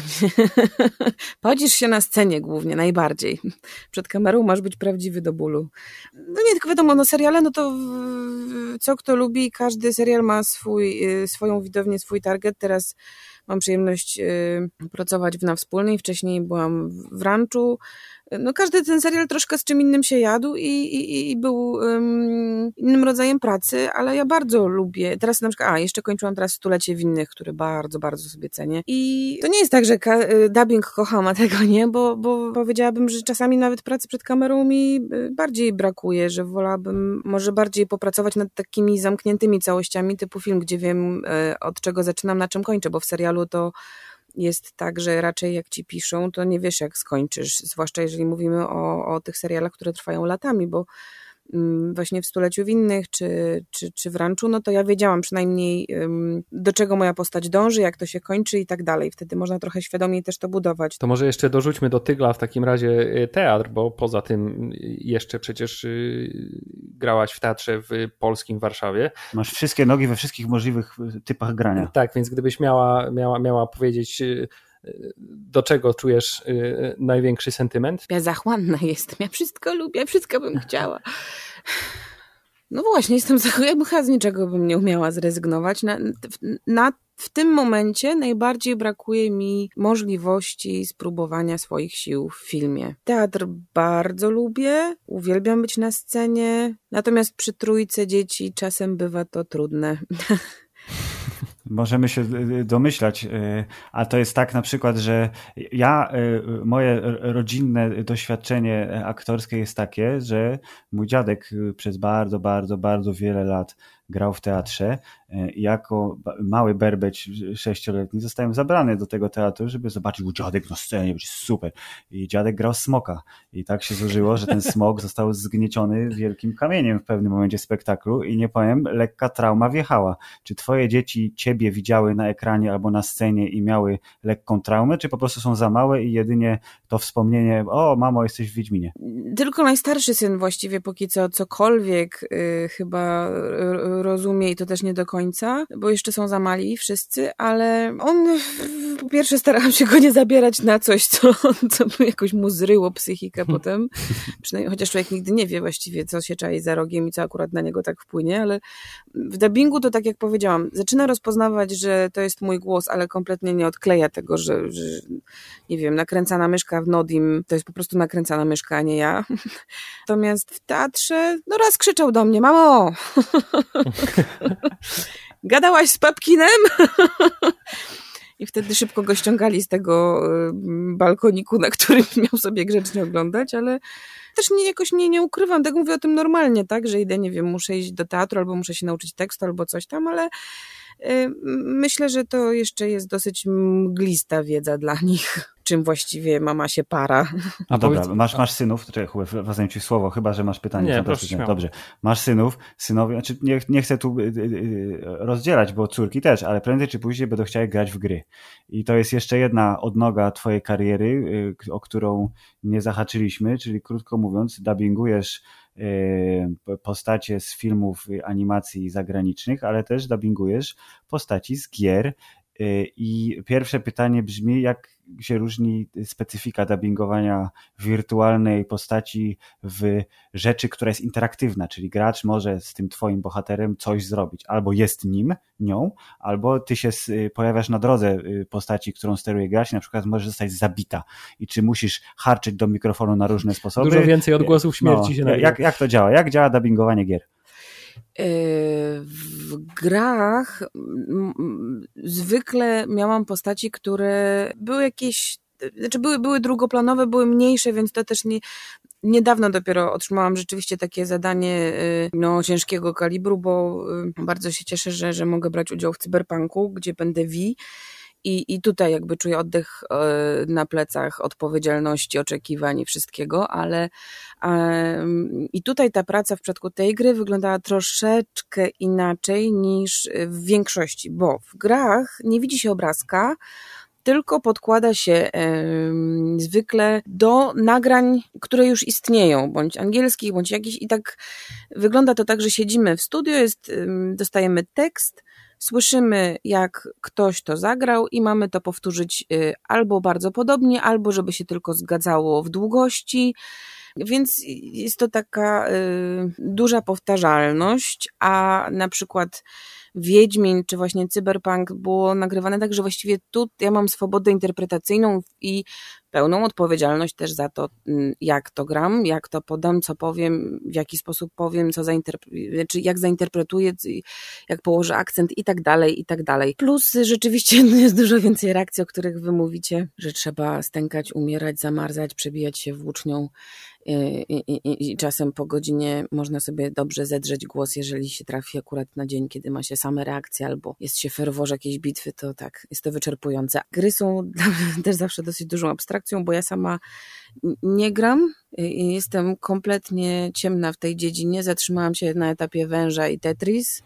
pocisz się na scenie głównie, najbardziej. Przed kamerą masz być prawdziwy do bólu. No nie, tylko wiadomo, no seriale, no to co kto lubi, każdy serial ma swoją widownię, swój target. Teraz mam przyjemność pracować Na Wspólnej, wcześniej byłam w Ranchu. No każdy ten serial troszkę z czym innym się jadł i był innym rodzajem pracy, ale ja bardzo lubię. Teraz na przykład, jeszcze kończyłam teraz 100-lecie Winnych, który bardzo, bardzo sobie cenię. I to nie jest tak, że dubbing kocham, a tego nie, bo powiedziałabym, że czasami nawet pracy przed kamerą mi bardziej brakuje, że wolałabym może bardziej popracować nad takimi zamkniętymi całościami typu film, gdzie wiem od czego zaczynam, na czym kończę, bo w serialu to jest tak, że raczej jak ci piszą, to nie wiesz jak skończysz, zwłaszcza jeżeli mówimy o tych serialach, które trwają latami, bo właśnie w 100-leciu Winnych czy w Ranchu, no to ja wiedziałam przynajmniej do czego moja postać dąży, jak to się kończy i tak dalej. Wtedy można trochę świadomiej też to budować. To może jeszcze dorzućmy do tygla w takim razie teatr, bo poza tym jeszcze przecież grałaś w teatrze w polskim w Warszawie. Masz wszystkie nogi we wszystkich możliwych typach grania. Tak, więc gdybyś miała powiedzieć, do czego czujesz największy sentyment? Ja zachłanna jestem, ja wszystko lubię, wszystko bym chciała. No właśnie, jestem zachłanna, chyba z niczego bym nie umiała zrezygnować. W tym momencie najbardziej brakuje mi możliwości spróbowania swoich sił w filmie. Teatr bardzo lubię, uwielbiam być na scenie, natomiast przy 3 dzieci czasem bywa to trudne. Możemy się domyślać, a to jest tak na przykład, że moje rodzinne doświadczenie aktorskie jest takie, że mój dziadek przez bardzo, bardzo, bardzo wiele lat grał w teatrze. Jako mały berbeć 6-letni zostałem zabrany do tego teatru, żeby zobaczyć dziadek na scenie, będzie super. I dziadek grał smoka. I tak się złożyło, że ten smok został zgnieciony wielkim kamieniem w pewnym momencie spektaklu i nie powiem, lekka trauma wjechała. Czy twoje dzieci ciebie widziały na ekranie albo na scenie i miały lekką traumę, czy po prostu są za małe i jedynie to wspomnienie, o mamo, jesteś w Wiedźminie? Tylko najstarszy syn właściwie póki co cokolwiek chyba rozumie i to też nie do końca, bo jeszcze są za mali wszyscy, ale on po pierwsze starałam się go nie zabierać na coś, co by jakoś mu zryło psychikę potem, przynajmniej chociaż człowiek nigdy nie wie właściwie, co się czai za rogiem i co akurat na niego tak wpłynie, ale w dubbingu to tak jak powiedziałam, zaczyna rozpoznawać, że to jest mój głos, ale kompletnie nie odkleja tego, że nie wiem, nakręcana myszka w Nodim to jest po prostu nakręcana myszka, a nie ja. Natomiast w teatrze, no raz krzyczał do mnie, mamo! Gadałaś z Papkinem? I wtedy szybko go ściągali z tego balkoniku, na którym miał sobie grzecznie oglądać, ale też jakoś nie ukrywam, tak mówię o tym normalnie, tak, że idę, nie wiem, muszę iść do teatru, albo muszę się nauczyć tekstu, albo coś tam, ale myślę, że to jeszcze jest dosyć mglista wiedza dla nich, czym właściwie mama się para. A dobra, masz synów, wracam ci słowo, chyba że masz pytanie. Nie, proszę. Dobrze, masz synowie, znaczy nie chcę tu rozdzielać, bo córki też, ale prędzej czy później będą chciały grać w gry. I to jest jeszcze jedna odnoga twojej kariery, o którą nie zahaczyliśmy, czyli krótko mówiąc, dubbingujesz postacie z filmów animacji zagranicznych, ale też dubbingujesz postaci z gier I pierwsze pytanie brzmi, jak się różni specyfika dubbingowania wirtualnej postaci w rzeczy, która jest interaktywna, czyli gracz może z tym twoim bohaterem coś zrobić, albo jest nią, albo ty się pojawiasz na drodze postaci, którą steruje gracz i na przykład możesz zostać zabita i czy musisz harczyć do mikrofonu na różne sposoby. Dużo więcej odgłosów śmierci się nagrywa. Jak to działa? Jak działa dubbingowanie gier? W grach zwykle miałam postaci, które były jakieś, znaczy były drugoplanowe, były mniejsze, więc to też niedawno dopiero otrzymałam rzeczywiście takie zadanie ciężkiego kalibru, bo bardzo się cieszę, że mogę brać udział w Cyberpunku, gdzie będę V. I tutaj jakby czuję oddech na plecach odpowiedzialności, oczekiwań i wszystkiego, ale i tutaj ta praca w przypadku tej gry wyglądała troszeczkę inaczej niż w większości, bo w grach nie widzi się obrazka, tylko podkłada się zwykle do nagrań, które już istnieją, bądź angielskich, bądź jakichś, i tak wygląda to tak, że siedzimy w studio, dostajemy tekst, słyszymy, jak ktoś to zagrał i mamy to powtórzyć albo bardzo podobnie, albo żeby się tylko zgadzało w długości, więc jest to taka duża powtarzalność, a na przykład Wiedźmin czy właśnie Cyberpunk było nagrywane tak, że właściwie tu ja mam swobodę interpretacyjną i pełną odpowiedzialność też za to, jak to gram, jak to podam, co powiem, w jaki sposób powiem, czy jak zainterpretuję, jak położę akcent i tak dalej, i tak dalej. Plus rzeczywiście jest dużo więcej reakcji, o których wy mówicie, że trzeba stękać, umierać, zamarzać, przebijać się włócznią i czasem po godzinie można sobie dobrze zedrzeć głos, jeżeli się trafi akurat na dzień, kiedy ma się same reakcje albo jest się w ferworze jakiejś bitwy, to tak, jest to wyczerpujące. Gry są też zawsze dosyć dużą abstrakcją, bo ja sama nie gram i jestem kompletnie ciemna w tej dziedzinie. Zatrzymałam się na etapie Węża i Tetris,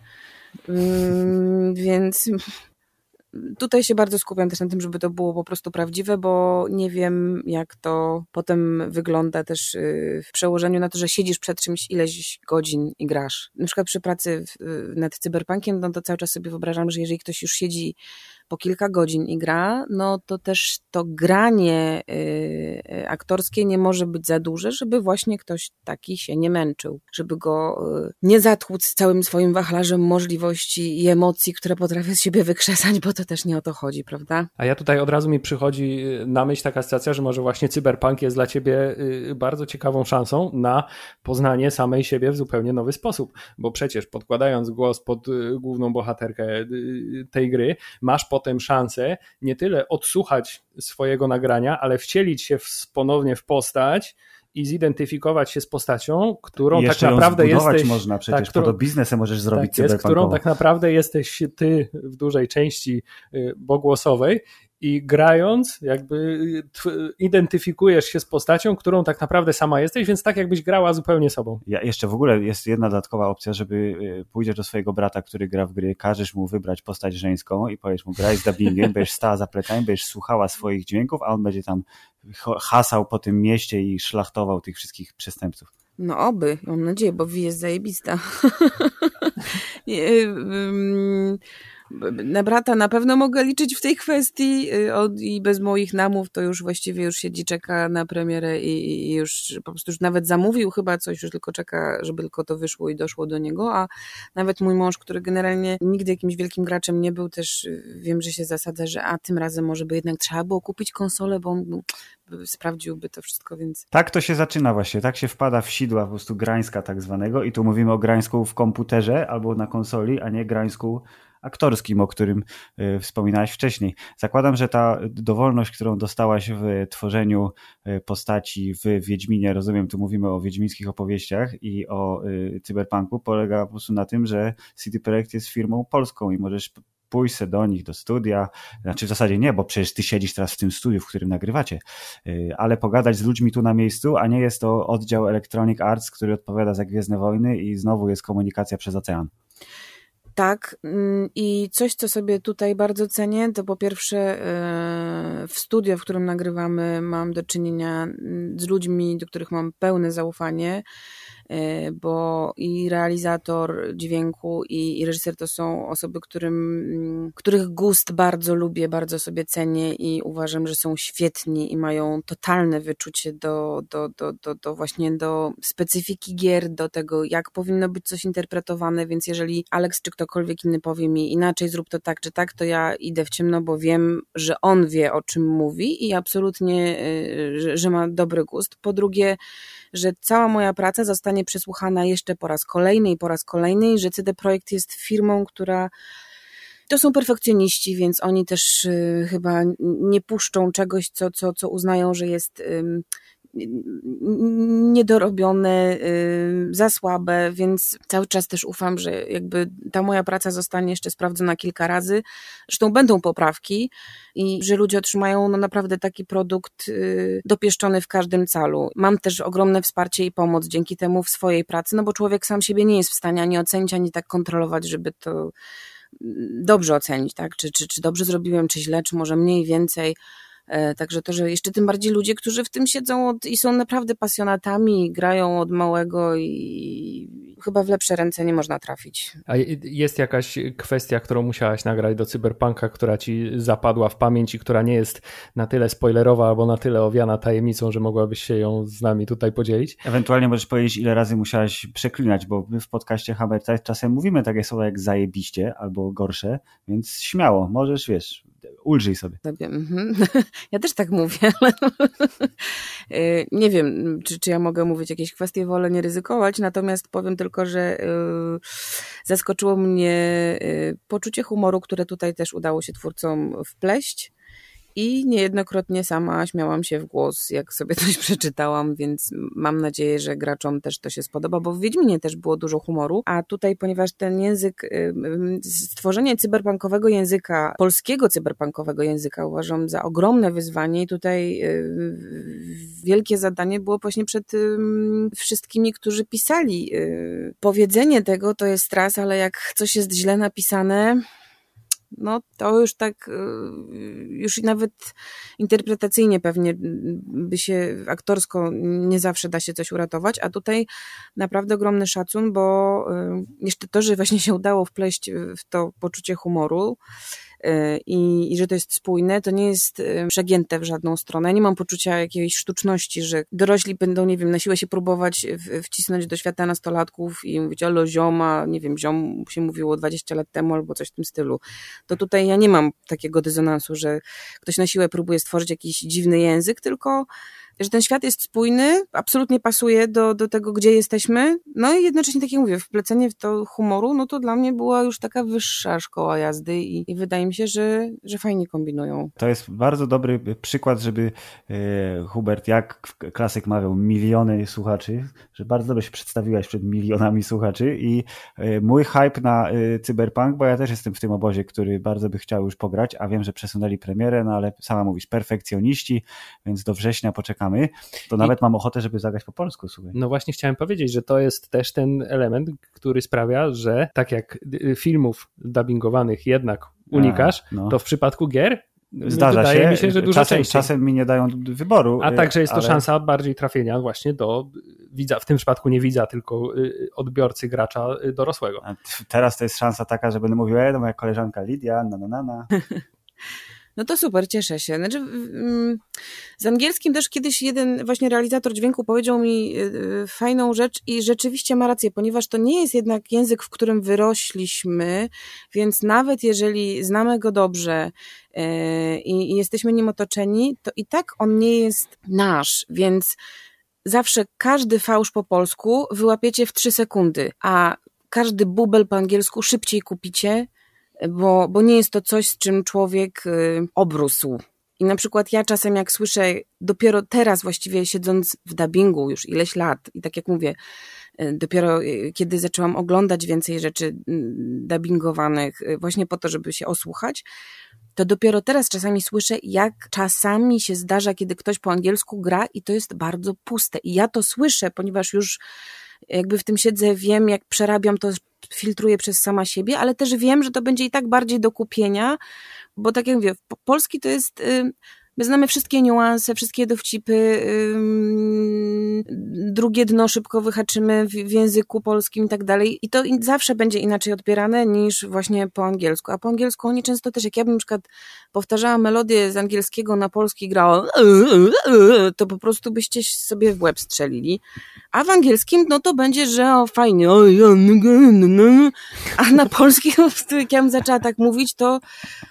więc tutaj się bardzo skupiam też na tym, żeby to było po prostu prawdziwe, bo nie wiem, jak to potem wygląda też w przełożeniu na to, że siedzisz przed czymś ileś godzin i grasz. Na przykład przy pracy nad Cyberpunkiem, no to cały czas sobie wyobrażam, że jeżeli ktoś już siedzi po kilka godzin i gra, no to też to granie aktorskie nie może być za duże, żeby właśnie ktoś taki się nie męczył, żeby go nie zatłuc całym swoim wachlarzem możliwości i emocji, które potrafię z siebie wykrzesać, bo to też nie o to chodzi, prawda? A ja tutaj od razu mi przychodzi na myśl taka sytuacja, że może właśnie Cyberpunk jest dla ciebie bardzo ciekawą szansą na poznanie samej siebie w zupełnie nowy sposób, bo przecież podkładając głos pod główną bohaterkę tej gry, masz potem szansę nie tyle odsłuchać swojego nagrania, ale wcielić się ponownie w postać i zidentyfikować się z postacią, którą tak naprawdę jesteś... można przecież, tak, biznesem możesz zrobić cyberpunkowo. Którą tak naprawdę jesteś ty w dużej części pogłosowej i grając jakby identyfikujesz się z postacią, którą tak naprawdę sama jesteś, więc tak jakbyś grała zupełnie sobą. Jeszcze w ogóle jest jedna dodatkowa opcja, żeby pójdziesz do swojego brata, który gra w gry, każesz mu wybrać postać żeńską i powiesz mu graj z dubbingiem, będziesz stała za plecami, będziesz słuchała swoich dźwięków, a on będzie tam hasał po tym mieście i szlachtował tych wszystkich przestępców. No oby, mam nadzieję, bo Wi jest zajebista. Na brata na pewno mogę liczyć w tej kwestii i bez moich namów to już właściwie już siedzi, czeka na premierę i już po prostu już nawet zamówił chyba coś, już tylko czeka, żeby tylko to wyszło i doszło do niego, a nawet mój mąż, który generalnie nigdy jakimś wielkim graczem nie był, też wiem, że się zasadza, że tym razem może by jednak trzeba było kupić konsolę, bo on sprawdziłby to wszystko, więc... Tak to się zaczyna właśnie, tak się wpada w sidła po prostu grańska tak zwanego i tu mówimy o grańsku w komputerze albo na konsoli, a nie grańsku aktorskim, o którym wspominałeś wcześniej. Zakładam, że ta dowolność, którą dostałaś w tworzeniu postaci w Wiedźminie, rozumiem, tu mówimy o wiedźmińskich opowieściach i o Cyberpunku, polega po prostu na tym, że CD Projekt jest firmą polską i możesz pójść se do nich do studia, znaczy w zasadzie nie, bo przecież ty siedzisz teraz w tym studiu, w którym nagrywacie, ale pogadać z ludźmi tu na miejscu, a nie jest to oddział Electronic Arts, który odpowiada za Gwiezdne Wojny i znowu jest komunikacja przez ocean. Tak, i coś, co sobie tutaj bardzo cenię, to po pierwsze w studio, w którym nagrywamy, mam do czynienia z ludźmi, do których mam pełne zaufanie. bo i realizator dźwięku i reżyser to są osoby, których gust bardzo lubię, bardzo sobie cenię i uważam, że są świetni i mają totalne wyczucie do właśnie do specyfiki gier, do tego, jak powinno być coś interpretowane, więc jeżeli Alex czy ktokolwiek inny powie mi inaczej, zrób to tak czy tak, to ja idę w ciemno, bo wiem, że on wie, o czym mówi i absolutnie, że ma dobry gust. Po drugie, że cała moja praca zostanie przesłuchana jeszcze po raz kolejny, że CD Projekt jest firmą, która to są perfekcjoniści, więc oni też chyba nie puszczą czegoś, co uznają, że jest niedorobione, za słabe, więc cały czas też ufam, że jakby ta moja praca zostanie jeszcze sprawdzona kilka razy. Zresztą będą poprawki i że ludzie otrzymają naprawdę taki produkt dopieszczony w każdym calu. Mam też ogromne wsparcie i pomoc dzięki temu w swojej pracy, no bo człowiek sam siebie nie jest w stanie ani ocenić, ani tak kontrolować, żeby to dobrze ocenić, tak? Czy dobrze zrobiłem, czy źle, czy może mniej, więcej. Także to, że jeszcze tym bardziej ludzie, którzy w tym siedzą i są naprawdę pasjonatami, grają od małego i chyba w lepsze ręce nie można trafić. A jest jakaś kwestia, którą musiałaś nagrać do Cyberpunka, która ci zapadła w pamięć i która nie jest na tyle spoilerowa albo na tyle owiana tajemnicą, że mogłabyś się ją z nami tutaj podzielić? Ewentualnie możesz powiedzieć, ile razy musiałaś przeklinać, bo my w podcaście Hammer Time czasem mówimy takie słowa jak zajebiście albo gorsze, więc śmiało, możesz, wiesz, ulżyj sobie. Ja też tak mówię, ale nie wiem, czy ja mogę mówić jakieś kwestie, wolę nie ryzykować, natomiast powiem tylko, że zaskoczyło mnie poczucie humoru, które tutaj też udało się twórcom wpleść i niejednokrotnie sama śmiałam się w głos, jak sobie coś przeczytałam, więc mam nadzieję, że graczom też to się spodoba, bo w Wiedźminie też było dużo humoru, a tutaj, ponieważ ten język, stworzenie cyberpunkowego języka, polskiego cyberpunkowego języka uważam za ogromne wyzwanie i tutaj wielkie zadanie było właśnie przed wszystkimi, którzy pisali. Powiedzenie tego to jest raz, ale jak coś jest źle napisane, no to już tak, już nawet interpretacyjnie pewnie by się aktorsko nie zawsze da się coś uratować, a tutaj naprawdę ogromny szacun, bo jeszcze to, że właśnie się udało wpleść w to poczucie humoru i że to jest spójne, to nie jest przegięte w żadną stronę. Ja nie mam poczucia jakiejś sztuczności, że dorośli będą, nie wiem, na siłę się próbować wcisnąć do świata nastolatków i mówić, alo zioma, nie wiem, ziom się mówiło 20 lat temu albo coś w tym stylu. To tutaj ja nie mam takiego dysonansu, że ktoś na siłę próbuje stworzyć jakiś dziwny język, tylko że ten świat jest spójny, absolutnie pasuje do tego, gdzie jesteśmy, no i jednocześnie, tak jak mówię, wplecenie w to humoru, no to dla mnie była już taka wyższa szkoła jazdy i wydaje mi się, że fajnie kombinują. To jest bardzo dobry przykład, żeby Hubert, jak klasyk mawiał, miliony słuchaczy, że bardzo dobrze się przedstawiłaś przed milionami słuchaczy i mój hype na Cyberpunk, bo ja też jestem w tym obozie, który bardzo by chciał już pograć, a wiem, że przesunęli premierę, no ale sama mówisz, perfekcjoniści, więc do września poczekamy. To nawet mam ochotę, żeby zagrać po polsku. Słuchaj. No właśnie chciałem powiedzieć, że to jest też ten element, który sprawia, że tak jak filmów dubbingowanych jednak unikasz, to w przypadku gier wydaje mi się, że dużo częściej. Czasem mi nie dają wyboru. A także jest to szansa bardziej trafienia właśnie do widza, w tym przypadku nie widza, tylko odbiorcy, gracza dorosłego. A teraz to jest szansa taka, że będę mówił, to moja koleżanka Lidia, na. No to super, cieszę się. Znaczy, z angielskim też kiedyś jeden właśnie realizator dźwięku powiedział mi fajną rzecz i rzeczywiście ma rację, ponieważ to nie jest jednak język, w którym wyrośliśmy, więc nawet jeżeli znamy go dobrze i jesteśmy nim otoczeni, to i tak on nie jest nasz, więc zawsze każdy fałsz po polsku wyłapiecie w 3 sekundy, a każdy bubel po angielsku szybciej kupicie, bo nie jest to coś, z czym człowiek obrósł. I na przykład ja czasem jak słyszę, dopiero teraz właściwie siedząc w dubbingu już ileś lat i tak jak mówię, dopiero kiedy zaczęłam oglądać więcej rzeczy dubbingowanych właśnie po to, żeby się osłuchać, to dopiero teraz czasami słyszę, jak czasami się zdarza, kiedy ktoś po angielsku gra i to jest bardzo puste. I ja to słyszę, ponieważ już jakby w tym siedzę, wiem, jak przerabiam to, filtruję przez sama siebie, ale też wiem, że to będzie i tak bardziej do kupienia, bo tak jak mówię, polski to jest, my znamy wszystkie niuanse, wszystkie dowcipy, drugie dno szybko wyhaczymy w języku polskim i tak dalej. I to zawsze będzie inaczej odbierane niż właśnie po angielsku. A po angielsku oni często też, jak ja bym na przykład powtarzała melodię z angielskiego na polski, grała to po prostu byście sobie w łeb strzelili. A w angielskim, no to będzie, że fajnie, a na polski, jak ja bym zaczęła tak mówić, to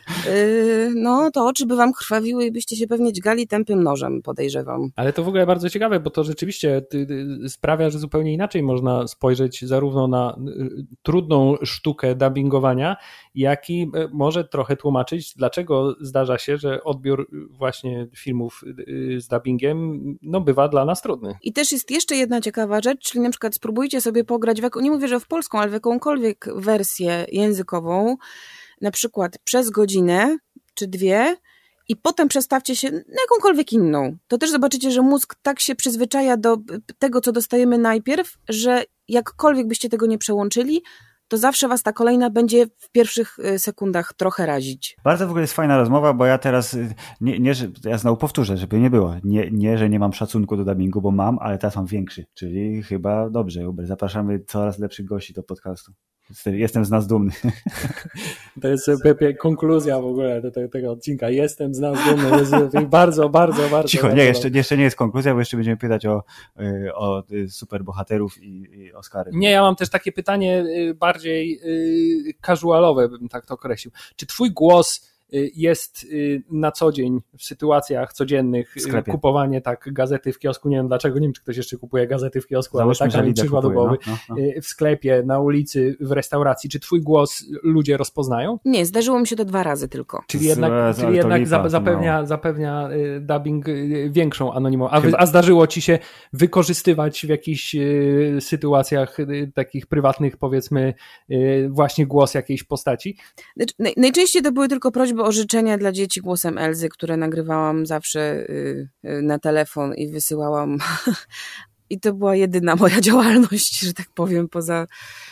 to oczy by wam krwawiły i byście się pewnie dźgali tępym nożem, podejrzewam. Ale to w ogóle bardzo ciekawe, bo to rzeczywiście sprawia, że zupełnie inaczej można spojrzeć zarówno na trudną sztukę dubbingowania, jak i może trochę tłumaczyć, dlaczego zdarza się, że odbiór właśnie filmów z dubbingiem bywa dla nas trudny. I też jest jeszcze jedna ciekawa rzecz, czyli na przykład spróbujcie sobie pograć, nie mówię, że w polską, ale w jakąkolwiek wersję językową, na przykład przez godzinę czy 2 i potem przestawcie się na jakąkolwiek inną. To też zobaczycie, że mózg tak się przyzwyczaja do tego, co dostajemy najpierw, że jakkolwiek byście tego nie przełączyli, to zawsze was ta kolejna będzie w pierwszych sekundach trochę razić. Bardzo w ogóle jest fajna rozmowa, bo ja teraz, ja znowu powtórzę, żeby nie było, nie, że nie mam szacunku do dubbingu, bo mam, ale teraz mam większy, czyli chyba dobrze, Hubert, zapraszamy coraz lepszych gości do podcastu. Jestem z nas dumny. To jest konkluzja w ogóle do tego odcinka. Jestem z nas dumny. Jest bardzo, bardzo, bardzo. Cicho, nie, jeszcze nie jest konkluzja, bo jeszcze będziemy pytać o superbohaterów i Oscary. Nie, ja mam też takie pytanie bardziej casualowe, bym tak to określił. Czy twój głos jest na co dzień w sytuacjach codziennych kupowanie gazety w kiosku, nie wiem dlaczego, nie wiem czy ktoś jeszcze kupuje gazety w kiosku, załóżmy, ale tak przykładowy, w sklepie, na ulicy, w restauracji, czy twój głos ludzie rozpoznają? Nie, zdarzyło mi się to 2 razy tylko. Czyli jednak zapewnia dubbing większą anonimowość. A zdarzyło ci się wykorzystywać w jakichś sytuacjach takich prywatnych, powiedzmy, właśnie głos jakiejś postaci? Najczęściej to były tylko prośby o życzenia dla dzieci głosem Elzy, które nagrywałam zawsze na telefon i wysyłałam. I to była jedyna moja działalność, że tak powiem, poza...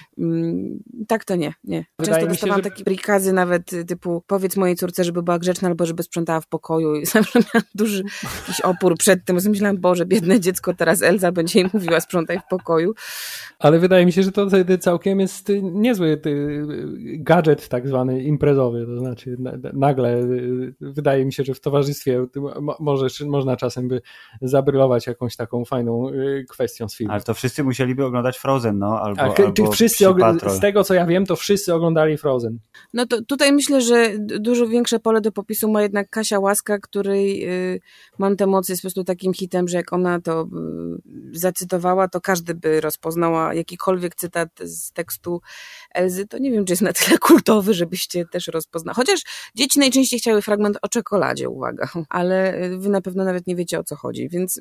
Tak to nie. Często dostawałam takie prikazy nawet typu powiedz mojej córce, żeby była grzeczna albo żeby sprzątała w pokoju i zawsze miałam duży jakiś opór przed tym. Myślałam, Boże, biedne dziecko, teraz Elza będzie jej mówiła sprzątaj w pokoju. Ale wydaje mi się, że to całkiem jest niezły gadżet tak zwany imprezowy, to znaczy nagle wydaje mi się, że w towarzystwie można czasem by zabrylować jakąś taką fajną kwestią z filmu. Ale to wszyscy musieliby oglądać Frozen, albo wszyscy z tego co ja wiem, to wszyscy oglądali Frozen. No to tutaj myślę, że dużo większe pole do popisu ma jednak Kasia Łaska, której Mam tę moc jest po prostu takim hitem, że jak ona to zacytowała, to każdy by rozpoznała jakikolwiek cytat z tekstu Elzy. To nie wiem, czy jest na tyle kultowy, żebyście też rozpoznali. Chociaż dzieci najczęściej chciały fragment o czekoladzie, uwaga, ale wy na pewno nawet nie wiecie, o co chodzi, więc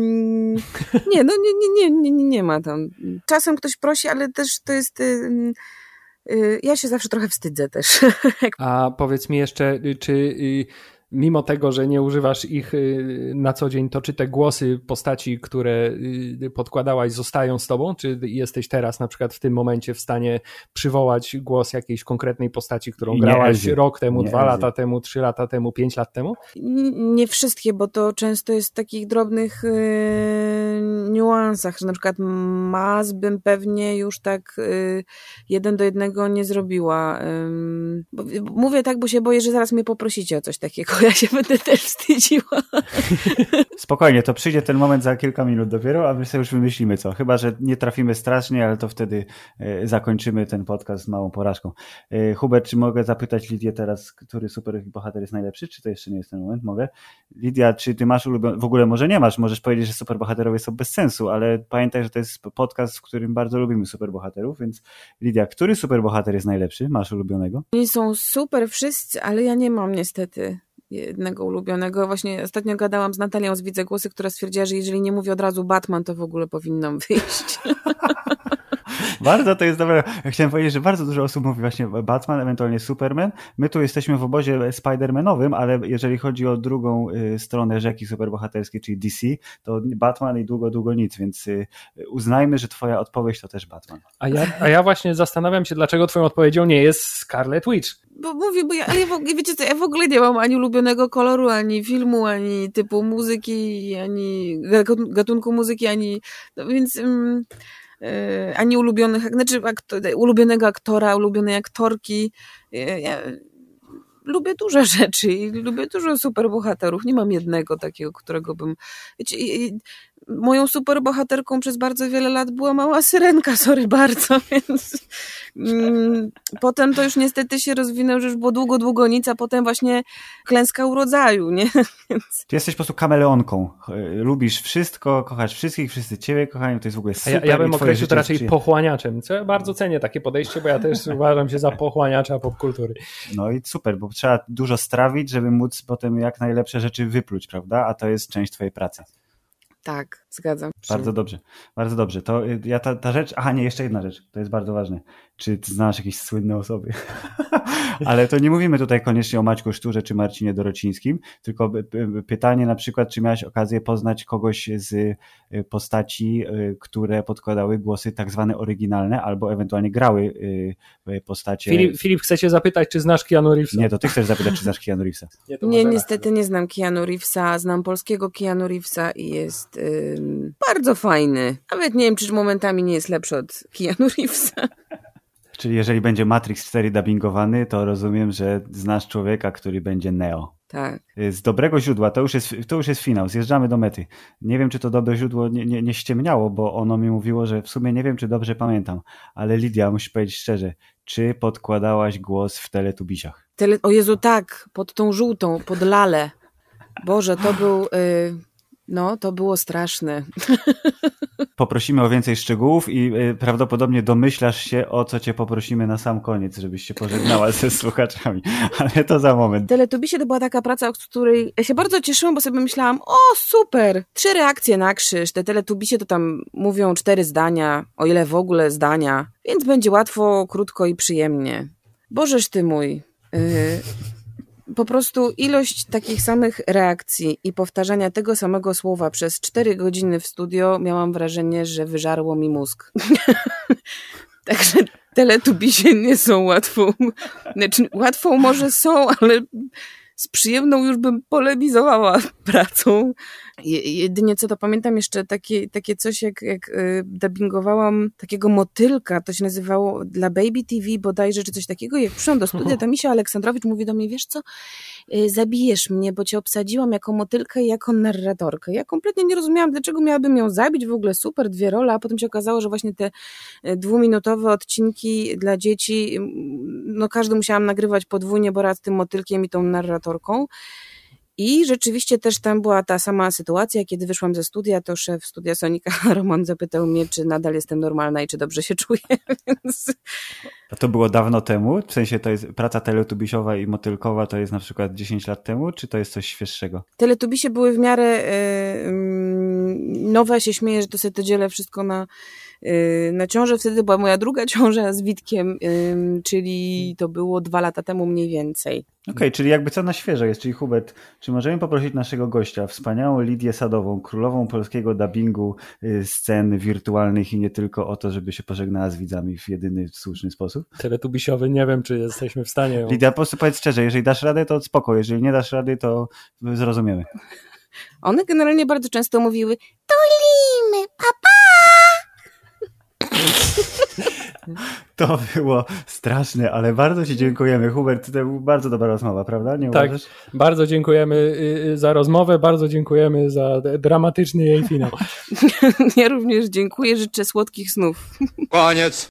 nie ma tam. Czasem ktoś prosi, ale też to jest... Ja się zawsze trochę wstydzę też. A powiedz mi jeszcze, czy mimo tego, że nie używasz ich na co dzień, to czy te głosy postaci, które podkładałaś, zostają z tobą? Czy jesteś teraz na przykład w tym momencie w stanie przywołać głos jakiejś konkretnej postaci, którą grałaś rok temu, 2 lata temu, 3 lata temu, 5 lat temu? Nie wszystkie, bo to często jest w takich drobnych niuansach, że na przykład Maz bym pewnie już tak 1 do 1 nie zrobiła. Mówię tak, bo się boję, że zaraz mnie poprosicie o coś takiego. Ja się będę też wstydziła. Spokojnie, to przyjdzie ten moment za kilka minut dopiero, a my sobie już wymyślimy co. Chyba że nie trafimy strasznie, ale to wtedy zakończymy ten podcast z małą porażką. Hubert, czy mogę zapytać Lidię teraz, który superbohater jest najlepszy? Czy to jeszcze nie jest ten moment? Mogę. Lidia, czy ty masz ulubiony... W ogóle może nie masz, możesz powiedzieć, że superbohaterowie są bez sensu, ale pamiętaj, że to jest podcast, w którym bardzo lubimy superbohaterów, więc Lidia, który superbohater jest najlepszy? Masz ulubionego? Oni są super wszyscy, ale ja nie mam niestety jednego ulubionego. Właśnie ostatnio gadałam z Natalią z Widzegłosy, która stwierdziła, że jeżeli nie mówię od razu Batman, to w ogóle powinnam wyjść. Bardzo to jest dobre. Chciałem powiedzieć, że bardzo dużo osób mówi właśnie Batman, ewentualnie Superman. My tu jesteśmy w obozie Spider-Manowym, ale jeżeli chodzi o drugą stronę rzeki superbohaterskiej, czyli DC, to Batman i długo nic, więc uznajmy, że twoja odpowiedź to też Batman. A ja właśnie zastanawiam się, dlaczego twoją odpowiedzią nie jest Scarlet Witch. bo mówię, ale wiecie co, ja w ogóle nie mam ani ulubionego koloru, ani filmu, ani typu muzyki, ani gatunku muzyki, więc ani ulubionego aktora, ulubionej aktorki. Ja lubię dużo rzeczy i lubię dużo superbohaterów. Nie mam jednego takiego, którego bym... Wiecie, moją superbohaterką przez bardzo wiele lat była Mała Syrenka, sorry bardzo, więc potem to już niestety się rozwinęło, że już było długo nic, a potem właśnie klęska urodzaju, nie? Więc... Ty jesteś po prostu kameleonką. Lubisz wszystko, kochasz wszystkich, wszyscy ciebie kochają, to jest w ogóle super. Ja bym określił to raczej pochłaniaczem, co ja bardzo cenię takie podejście, bo ja też uważam się za pochłaniacza popkultury. No i super, bo trzeba dużo strawić, żeby móc potem jak najlepsze rzeczy wypluć, prawda? A to jest część twojej pracy. Tak, zgadzam się. Bardzo dobrze, bardzo dobrze. To ja ta rzecz, jeszcze jedna rzecz, to jest bardzo ważne. Czy ty znasz jakieś słynne osoby? Ale to nie mówimy tutaj koniecznie o Maćku Szturze czy Marcinie Dorocińskim, tylko pytanie na przykład, czy miałeś okazję poznać kogoś z postaci, które podkładały głosy tak zwane oryginalne, albo ewentualnie grały postacie... Filip chce cię zapytać, czy znasz Keanu Reevesa? Nie, to ty chcesz zapytać, czy znasz Keanu Reevesa. Nie, niestety nie znam Keanu Reevesa, znam polskiego Keanu Reevesa i jest bardzo fajny. Nawet nie wiem, czy momentami nie jest lepszy od Keanu Reevesa. Czyli jeżeli będzie Matrix 4 dubbingowany, to rozumiem, że znasz człowieka, który będzie Neo. Tak. Z dobrego źródła, to już jest finał, zjeżdżamy do mety. Nie wiem, czy to dobre źródło nie ściemniało, bo ono mi mówiło, że w sumie nie wiem, czy dobrze pamiętam, ale Lidia, musisz powiedzieć szczerze, czy podkładałaś głos w Teletubisiach? O Jezu, tak, pod tą żółtą, pod Lalę. Boże, to był... to było straszne. Poprosimy o więcej szczegółów i prawdopodobnie domyślasz się, o co cię poprosimy na sam koniec, żebyś się pożegnała ze słuchaczami, ale to za moment. Teletubisie to była taka praca, z której ja się bardzo cieszyłam, bo sobie myślałam, o super, 3 reakcje na krzyż, te Teletubisie to tam mówią 4 zdania, o ile w ogóle zdania, więc będzie łatwo, krótko i przyjemnie. Bożeż ty mój... Po prostu ilość takich samych reakcji i powtarzania tego samego słowa przez 4 godziny w studio, miałam wrażenie, że wyżarło mi mózg. Także Teletubisie nie są łatwą. Znaczy, łatwą może są, ale z przyjemną już bym polemizowała pracą. Jedynie co to pamiętam jeszcze takie coś, jak dubbingowałam takiego motylka, to się nazywało dla Baby TV bodajże, czy coś takiego. Jak przyszłam do studia, to Misia Aleksandrowicz mówi do mnie, wiesz co, zabijesz mnie, bo cię obsadziłam jako motylkę i jako narratorkę. Ja kompletnie nie rozumiałam, dlaczego miałabym ją zabić, w ogóle super, 2 role, a potem się okazało, że właśnie te 2-minutowe odcinki dla dzieci, każdy musiałam nagrywać podwójnie, bo raz tym motylkiem i tą narratorką. I rzeczywiście też tam była ta sama sytuacja, kiedy wyszłam ze studia, to szef studia Sonika Roman zapytał mnie, czy nadal jestem normalna i czy dobrze się czuję. Więc... A to było dawno temu? W sensie to jest praca teletubisiowa i motylkowa, to jest na przykład 10 lat temu, czy to jest coś świeższego? Teletubisie były w miarę nowe, się śmieję, że to sobie to dzielę wszystko na ciążę. Wtedy była moja druga ciąża z Witkiem, czyli to było 2 lata temu mniej więcej. Okej, czyli jakby co na świeżo jest, czyli Hubert, czy możemy poprosić naszego gościa, wspaniałą Lidię Sadową, królową polskiego dubbingu scen wirtualnych i nie tylko, o to, żeby się pożegnała z widzami w jedyny słuszny sposób? Teletubisiowy, nie wiem, czy jesteśmy w stanie. Lidia, po prostu powiedz szczerze, jeżeli dasz radę, to spoko, jeżeli nie dasz rady, to zrozumiemy. One generalnie bardzo często mówiły, tulimy, papa! To było straszne, ale bardzo ci dziękujemy. Hubert, to była bardzo dobra rozmowa, prawda? Nie tak, uważasz? Bardzo dziękujemy za rozmowę, bardzo dziękujemy za dramatyczny jej finał. Ja również dziękuję, życzę słodkich snów. Koniec.